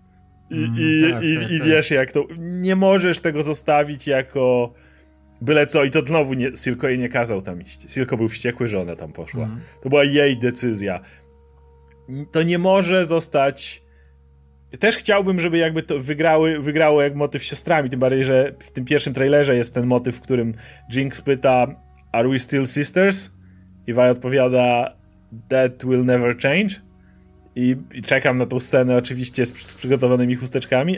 I wiesz, jak to... Nie możesz tego zostawić jako byle co. I to znowu Silco jej nie kazał tam iść. Silco był wściekły, że ona tam poszła. To była jej decyzja. To nie może zostać... Też chciałbym, żeby jakby to wygrało jak motyw z siostrami, tym bardziej, że w tym pierwszym trailerze jest ten motyw, w którym Jinx pyta Are we still sisters? I Vi odpowiada That will never change. I czekam na tą scenę oczywiście z przygotowanymi chusteczkami,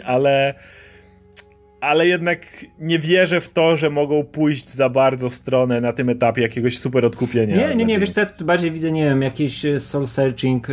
ale jednak nie wierzę w to, że mogą pójść za bardzo w stronę na tym etapie jakiegoś super odkupienia. Nie, wiesz, ja bardziej widzę, nie wiem, jakiś soul searching,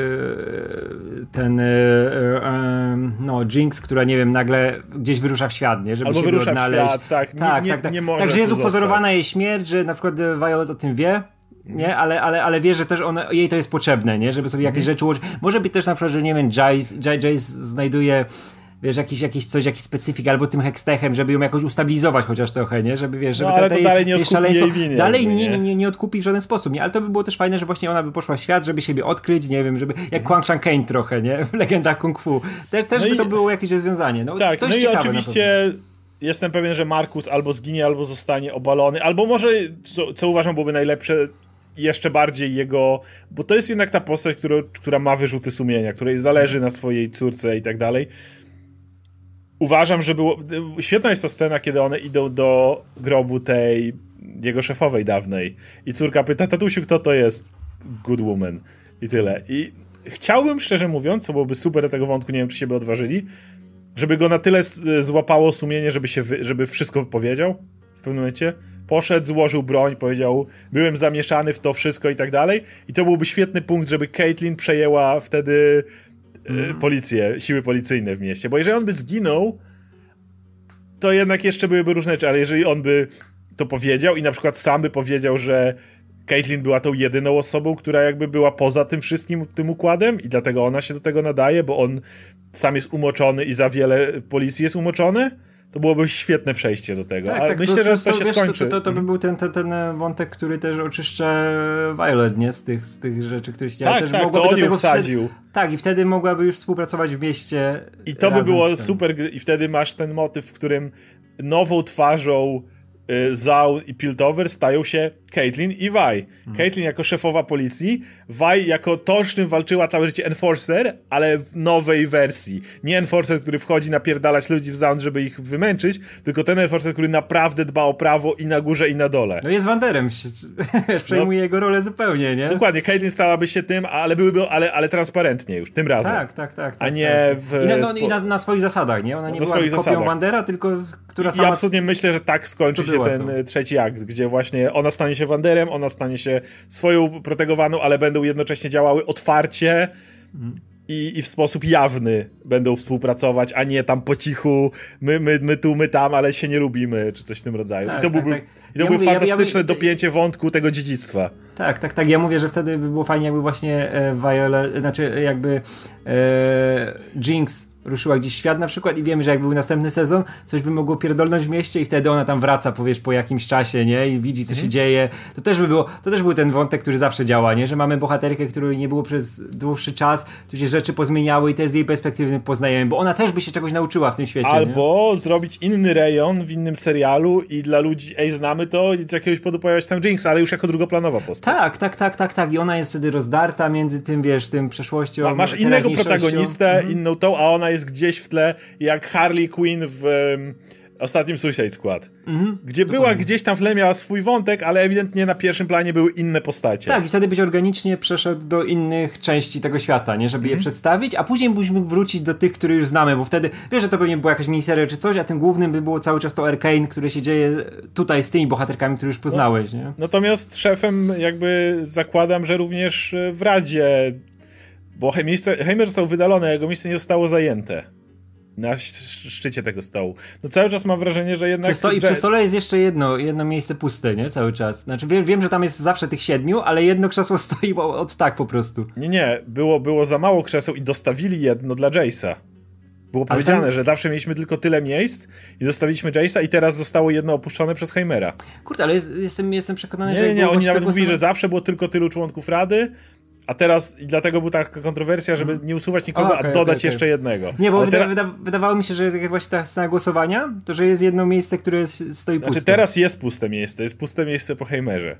Jinx, która, nie wiem, nagle gdzieś wyrusza w świat, nie? Żeby albo siebie wyrusza odnaleźć. W świat, tak. Nie może także jest upozorowana jej śmierć, że na przykład Violet o tym wie, nie? Ale wie, że też jej to jest potrzebne, nie? Żeby sobie jakieś rzeczy ułożyć. Może być też na przykład, że nie wiem, Jace znajduje wiesz, jakiś specyfik, albo tym hextechem, żeby ją jakoś ustabilizować chociaż trochę, nie? Żeby, wiesz, żeby ale to dalej nie odkupi jej winy. Dalej nie odkupi w żaden sposób, nie? Ale to by było też fajne, że właśnie ona by poszła w świat, żeby siebie odkryć, nie wiem, żeby, jak Kwang Chang Caine trochę, nie? W Legendach Kung Fu. Też by to było jakieś rozwiązanie. No, tak, to no jest i ciekawe oczywiście jestem pewien, że Markus albo zginie, albo zostanie obalony, albo może, co uważam byłoby najlepsze, jeszcze bardziej jego, bo to jest jednak ta postać, która ma wyrzuty sumienia, której zależy na swojej córce i tak dalej. Uważam, że świetna jest ta scena, kiedy one idą do grobu tej jego szefowej dawnej i córka pyta, tatusiu, kto to jest? Good woman. I tyle. I chciałbym, szczerze mówiąc, co byłoby super do tego wątku, nie wiem, czy się by odważyli, żeby go na tyle złapało sumienie, żeby wszystko powiedział w pewnym momencie. Poszedł, złożył broń, powiedział, byłem zamieszany w to wszystko i tak dalej. I to byłby świetny punkt, żeby Caitlyn przejęła wtedy policję, siły policyjne w mieście. Bo jeżeli on by zginął, to jednak jeszcze byłyby różne rzeczy, ale jeżeli on by to powiedział i na przykład sam by powiedział, że Caitlyn była tą jedyną osobą, która jakby była poza tym wszystkim, tym układem i dlatego ona się do tego nadaje, bo on sam jest umoczony i za wiele policji jest umoczony, to byłoby świetne przejście do tego. Tak, ale myślę, że to się skończy. To by był ten wątek, który też oczyszcza Violet, nie? Z tych rzeczy, które się dzieją. Tak, to on ją wsadził. Tak, i wtedy mogłaby już współpracować w mieście. I to by było super, i wtedy masz ten motyw, w którym nową twarzą Zhao i Piltover stają się Caitlyn i Vi. Caitlyn jako szefowa policji, Vi jako to, z czym walczyła całe życie Enforcer, ale w nowej wersji. Nie Enforcer, który wchodzi napierdalać ludzi w Zaun, żeby ich wymęczyć, tylko ten Enforcer, który naprawdę dba o prawo i na górze, i na dole. No jest Wanderem, przejmuje jego rolę zupełnie, nie? Dokładnie, Caitlyn stałaby się tym, ale transparentnie już, tym razem. Tak. A nie I na swoich zasadach, nie? Ona nie była kopią Wandera, tylko która sama... I absolutnie myślę, że tak skończy się ten trzeci akt, gdzie właśnie ona stanie się Wanderem, ona stanie się swoją protegowaną, ale będą jednocześnie działały otwarcie i w sposób jawny będą współpracować, a nie tam po cichu, my tu, my tam, ale się nie lubimy, czy coś w tym rodzaju. Tak, I to byłby fantastyczne dopięcie wątku tego dziedzictwa. Tak. Ja mówię, że wtedy by było fajnie, jakby właśnie Violet, znaczy jakby Jinx ruszyła gdzieś w świat na przykład i wiemy, że jak był następny sezon, coś by mogło pierdolnąć w mieście i wtedy ona tam wraca, powiesz, po jakimś czasie, nie? I widzi, co się dzieje. To też był ten wątek, który zawsze działa, nie? Że mamy bohaterkę, której nie było przez dłuższy czas, tu się rzeczy pozmieniały i też z jej perspektywy poznajemy, bo ona też by się czegoś nauczyła w tym świecie. Albo zrobić inny rejon w innym serialu i dla ludzi, znamy to, i z jakiegoś powodu pojawia się tam Jinx, ale już jako drugoplanowa postać. Tak. I ona jest wtedy rozdarta między tym, wiesz, tym przeszłością, masz innego protagonistę, inną tą, a ona jest gdzieś w tle, jak Harley Quinn w ostatnim Suicide Squad. Gdzie była gdzieś tam w tle, miała swój wątek, ale ewidentnie na pierwszym planie były inne postacie. Tak, i wtedy byś organicznie przeszedł do innych części tego świata, nie? Żeby je przedstawić, a później byś mógł wrócić do tych, które już znamy, bo wtedy, wiesz, że to pewnie była jakaś miniseria czy coś, a tym głównym by było cały czas to Arcane, które się dzieje tutaj z tymi bohaterkami, które już poznałeś, nie? Natomiast szefem jakby zakładam, że również w Radzie, bo Heimer został wydalony, a jego miejsce nie zostało zajęte. Na szczycie tego stołu. No cały czas mam wrażenie, że jednak... Przy stole jest jeszcze jedno miejsce puste, nie? Cały czas. Znaczy wiem, że tam jest zawsze tych 7, ale jedno krzesło stoi od tak po prostu. Nie. Było za mało krzeseł i dostawili jedno dla Jace'a. Było powiedziane, że zawsze mieliśmy tylko tyle miejsc i dostawiliśmy Jace'a i teraz zostało jedno opuszczone przez Heimera. Kurde, ale jestem przekonany, że... Nie, oni nawet mówili, że zawsze było tylko tylu członków Rady, a teraz i dlatego była taka kontrowersja, żeby nie usuwać nikogo, a dodać jeszcze jednego. Nie, bo wydawało mi się, że jest właśnie ta scena głosowania, to że jest jedno miejsce, które stoi puste. Znaczy teraz jest puste miejsce po Heimerze.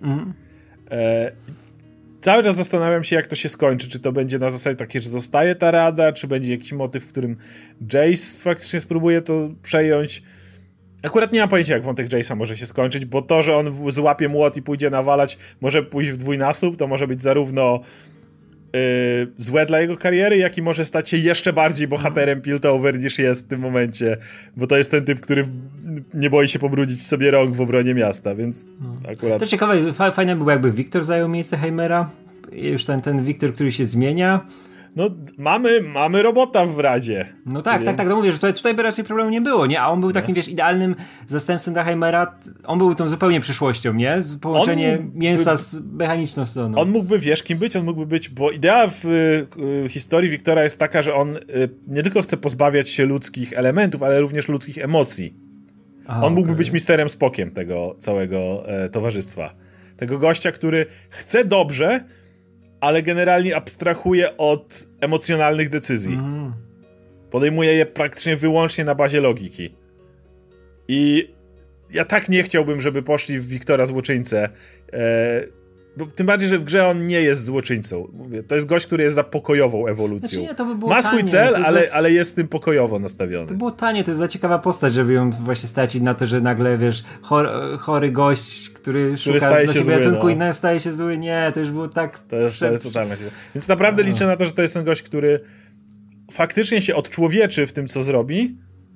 Cały czas zastanawiam się, jak to się skończy, czy to będzie na zasadzie takiej, że zostaje ta rada, czy będzie jakiś motyw, w którym Jace faktycznie spróbuje to przejąć. Akurat nie mam pojęcia, jak wątek Jace'a może się skończyć, bo to, że on złapie młot i pójdzie nawalać, może pójść w dwójnasób, to może być zarówno złe dla jego kariery, jak i może stać się jeszcze bardziej bohaterem Piltover niż jest w tym momencie, bo to jest ten typ, który nie boi się pobrudzić sobie rąk w obronie miasta, więc akurat... To ciekawe, fajne by było, jakby Wiktor zajął miejsce Heimera, już ten Wiktor, który się zmienia. no mamy robota w Radzie. No tak, więc... tak, no mówię, że tutaj by raczej problemu nie było, nie? A on był takim, wiesz, idealnym zastępcą Daheimera, on był tą zupełnie przyszłością, nie? Połączenie mięsa z mechaniczną stroną. On mógłby, wiesz, kim być? On mógłby być, bo idea w historii Wiktora jest taka, że on nie tylko chce pozbawiać się ludzkich elementów, ale również ludzkich emocji. On mógłby być Misterem Spockiem tego całego towarzystwa. Tego gościa, który chce dobrze, ale generalnie abstrahuje od emocjonalnych decyzji. Podejmuje je praktycznie wyłącznie na bazie logiki. I ja tak nie chciałbym, żeby poszli w Wiktora złoczyńcę. Bo tym bardziej, że w grze on nie jest złoczyńcą. Mówię, to jest gość, który jest za pokojową ewolucją. Znaczy nie, to by było ma swój cel, tanie, ale jest tym pokojowo nastawiony. To było tanie, to jest za ciekawa postać, żeby ją właśnie stracić na to, że nagle, wiesz, chory gość, który szuka staje dla się siebie zły, ratunku i staje się zły. Nie, to już było tak... To jest totalne. Więc naprawdę liczę na to, że to jest ten gość, który faktycznie się odczłowieczy w tym, co zrobi,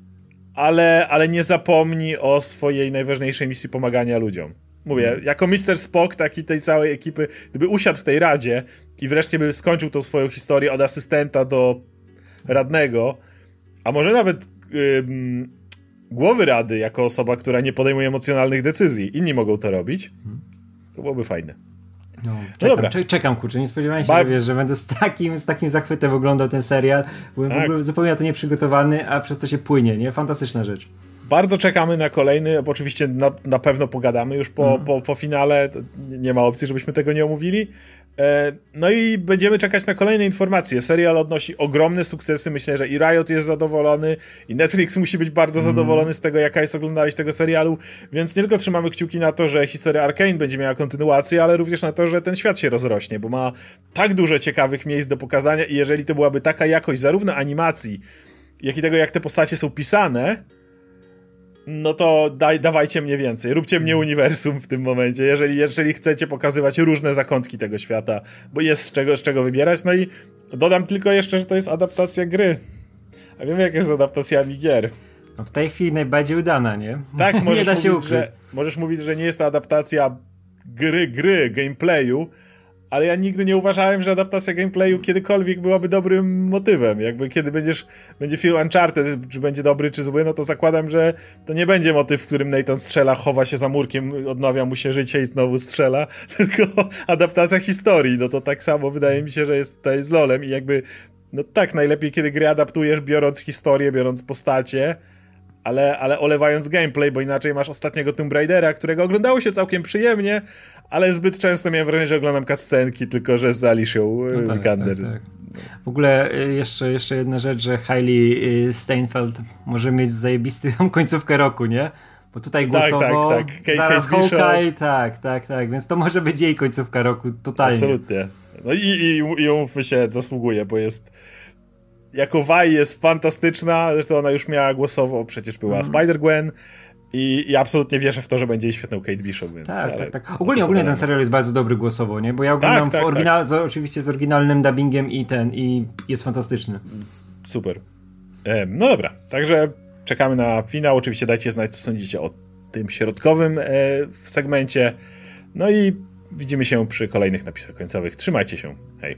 ale nie zapomni o swojej najważniejszej misji pomagania ludziom. Mówię, jako Mr. Spock, taki tej całej ekipy, gdyby usiadł w tej radzie i wreszcie by skończył tą swoją historię od asystenta do radnego, a może nawet głowy rady, jako osoba, która nie podejmuje emocjonalnych decyzji, inni mogą to robić, to byłoby fajne. Czekam, kurczę, nie spodziewałem się, że wiesz, że będę z takim zachwytem oglądał ten serial. Byłem w ogóle zupełnie na to nieprzygotowany, a przez to się płynie, nie? Fantastyczna rzecz. Bardzo czekamy na kolejny, bo oczywiście na pewno pogadamy już po finale, nie ma opcji, żebyśmy tego nie omówili. No i będziemy czekać na kolejne informacje. Serial odnosi ogromne sukcesy, myślę, że i Riot jest zadowolony, i Netflix musi być bardzo zadowolony z tego, jaka jest oglądalność tego serialu, więc nie tylko trzymamy kciuki na to, że historia Arcane będzie miała kontynuację, ale również na to, że ten świat się rozrośnie, bo ma tak dużo ciekawych miejsc do pokazania i jeżeli to byłaby taka jakość zarówno animacji, jak i tego, jak te postacie są pisane, no to dawajcie mnie więcej. Róbcie mnie uniwersum w tym momencie, jeżeli chcecie pokazywać różne zakątki tego świata, bo jest z czego wybierać. No i dodam tylko jeszcze, że to jest adaptacja gry. A wiemy, jak jest z adaptacjami gier. No w tej chwili najbardziej udana, nie? Tak, nie da się ukryć. Możesz mówić, że nie jest to adaptacja gameplayu, ale ja nigdy nie uważałem, że adaptacja gameplayu kiedykolwiek byłaby dobrym motywem. Jakby kiedy będzie film Uncharted, czy będzie dobry, czy zły, no to zakładam, że to nie będzie motyw, w którym Nathan strzela, chowa się za murkiem, odnawia mu się życie i znowu strzela, tylko adaptacja historii. No to tak samo wydaje mi się, że to jest LoLem i jakby, no tak, najlepiej kiedy gry adaptujesz, biorąc historię, biorąc postacie, ale olewając gameplay, bo inaczej masz ostatniego Tomb Raidera, którego oglądało się całkiem przyjemnie, ale zbyt często miałem wrażenie, że oglądam cutscenki, tylko że z Alicią Vikander. Tak. W ogóle jeszcze jedna rzecz, że Hailey Steinfeld może mieć zajebistą końcówkę roku, nie? Bo tutaj głosowo tak. zaraz Hawkeye, tak, więc to może być jej końcówka roku totalnie. Absolutnie. No i umówmy się, zasługuje, bo jest... Jako Vi jest fantastyczna, zresztą ona już miała głosowo, przecież była Spider-Gwen i absolutnie wierzę w to, że będzie świetną Kate Bishop. Więc, tak. Ogólnie ten serial jest bardzo dobry głosowo, nie? Bo ja oglądam oczywiście z oryginalnym dubbingiem i jest fantastyczny. Super. No dobra, także czekamy na finał. Oczywiście dajcie znać, co sądzicie o tym środkowym segmencie. No i widzimy się przy kolejnych napisach końcowych. Trzymajcie się. Hej.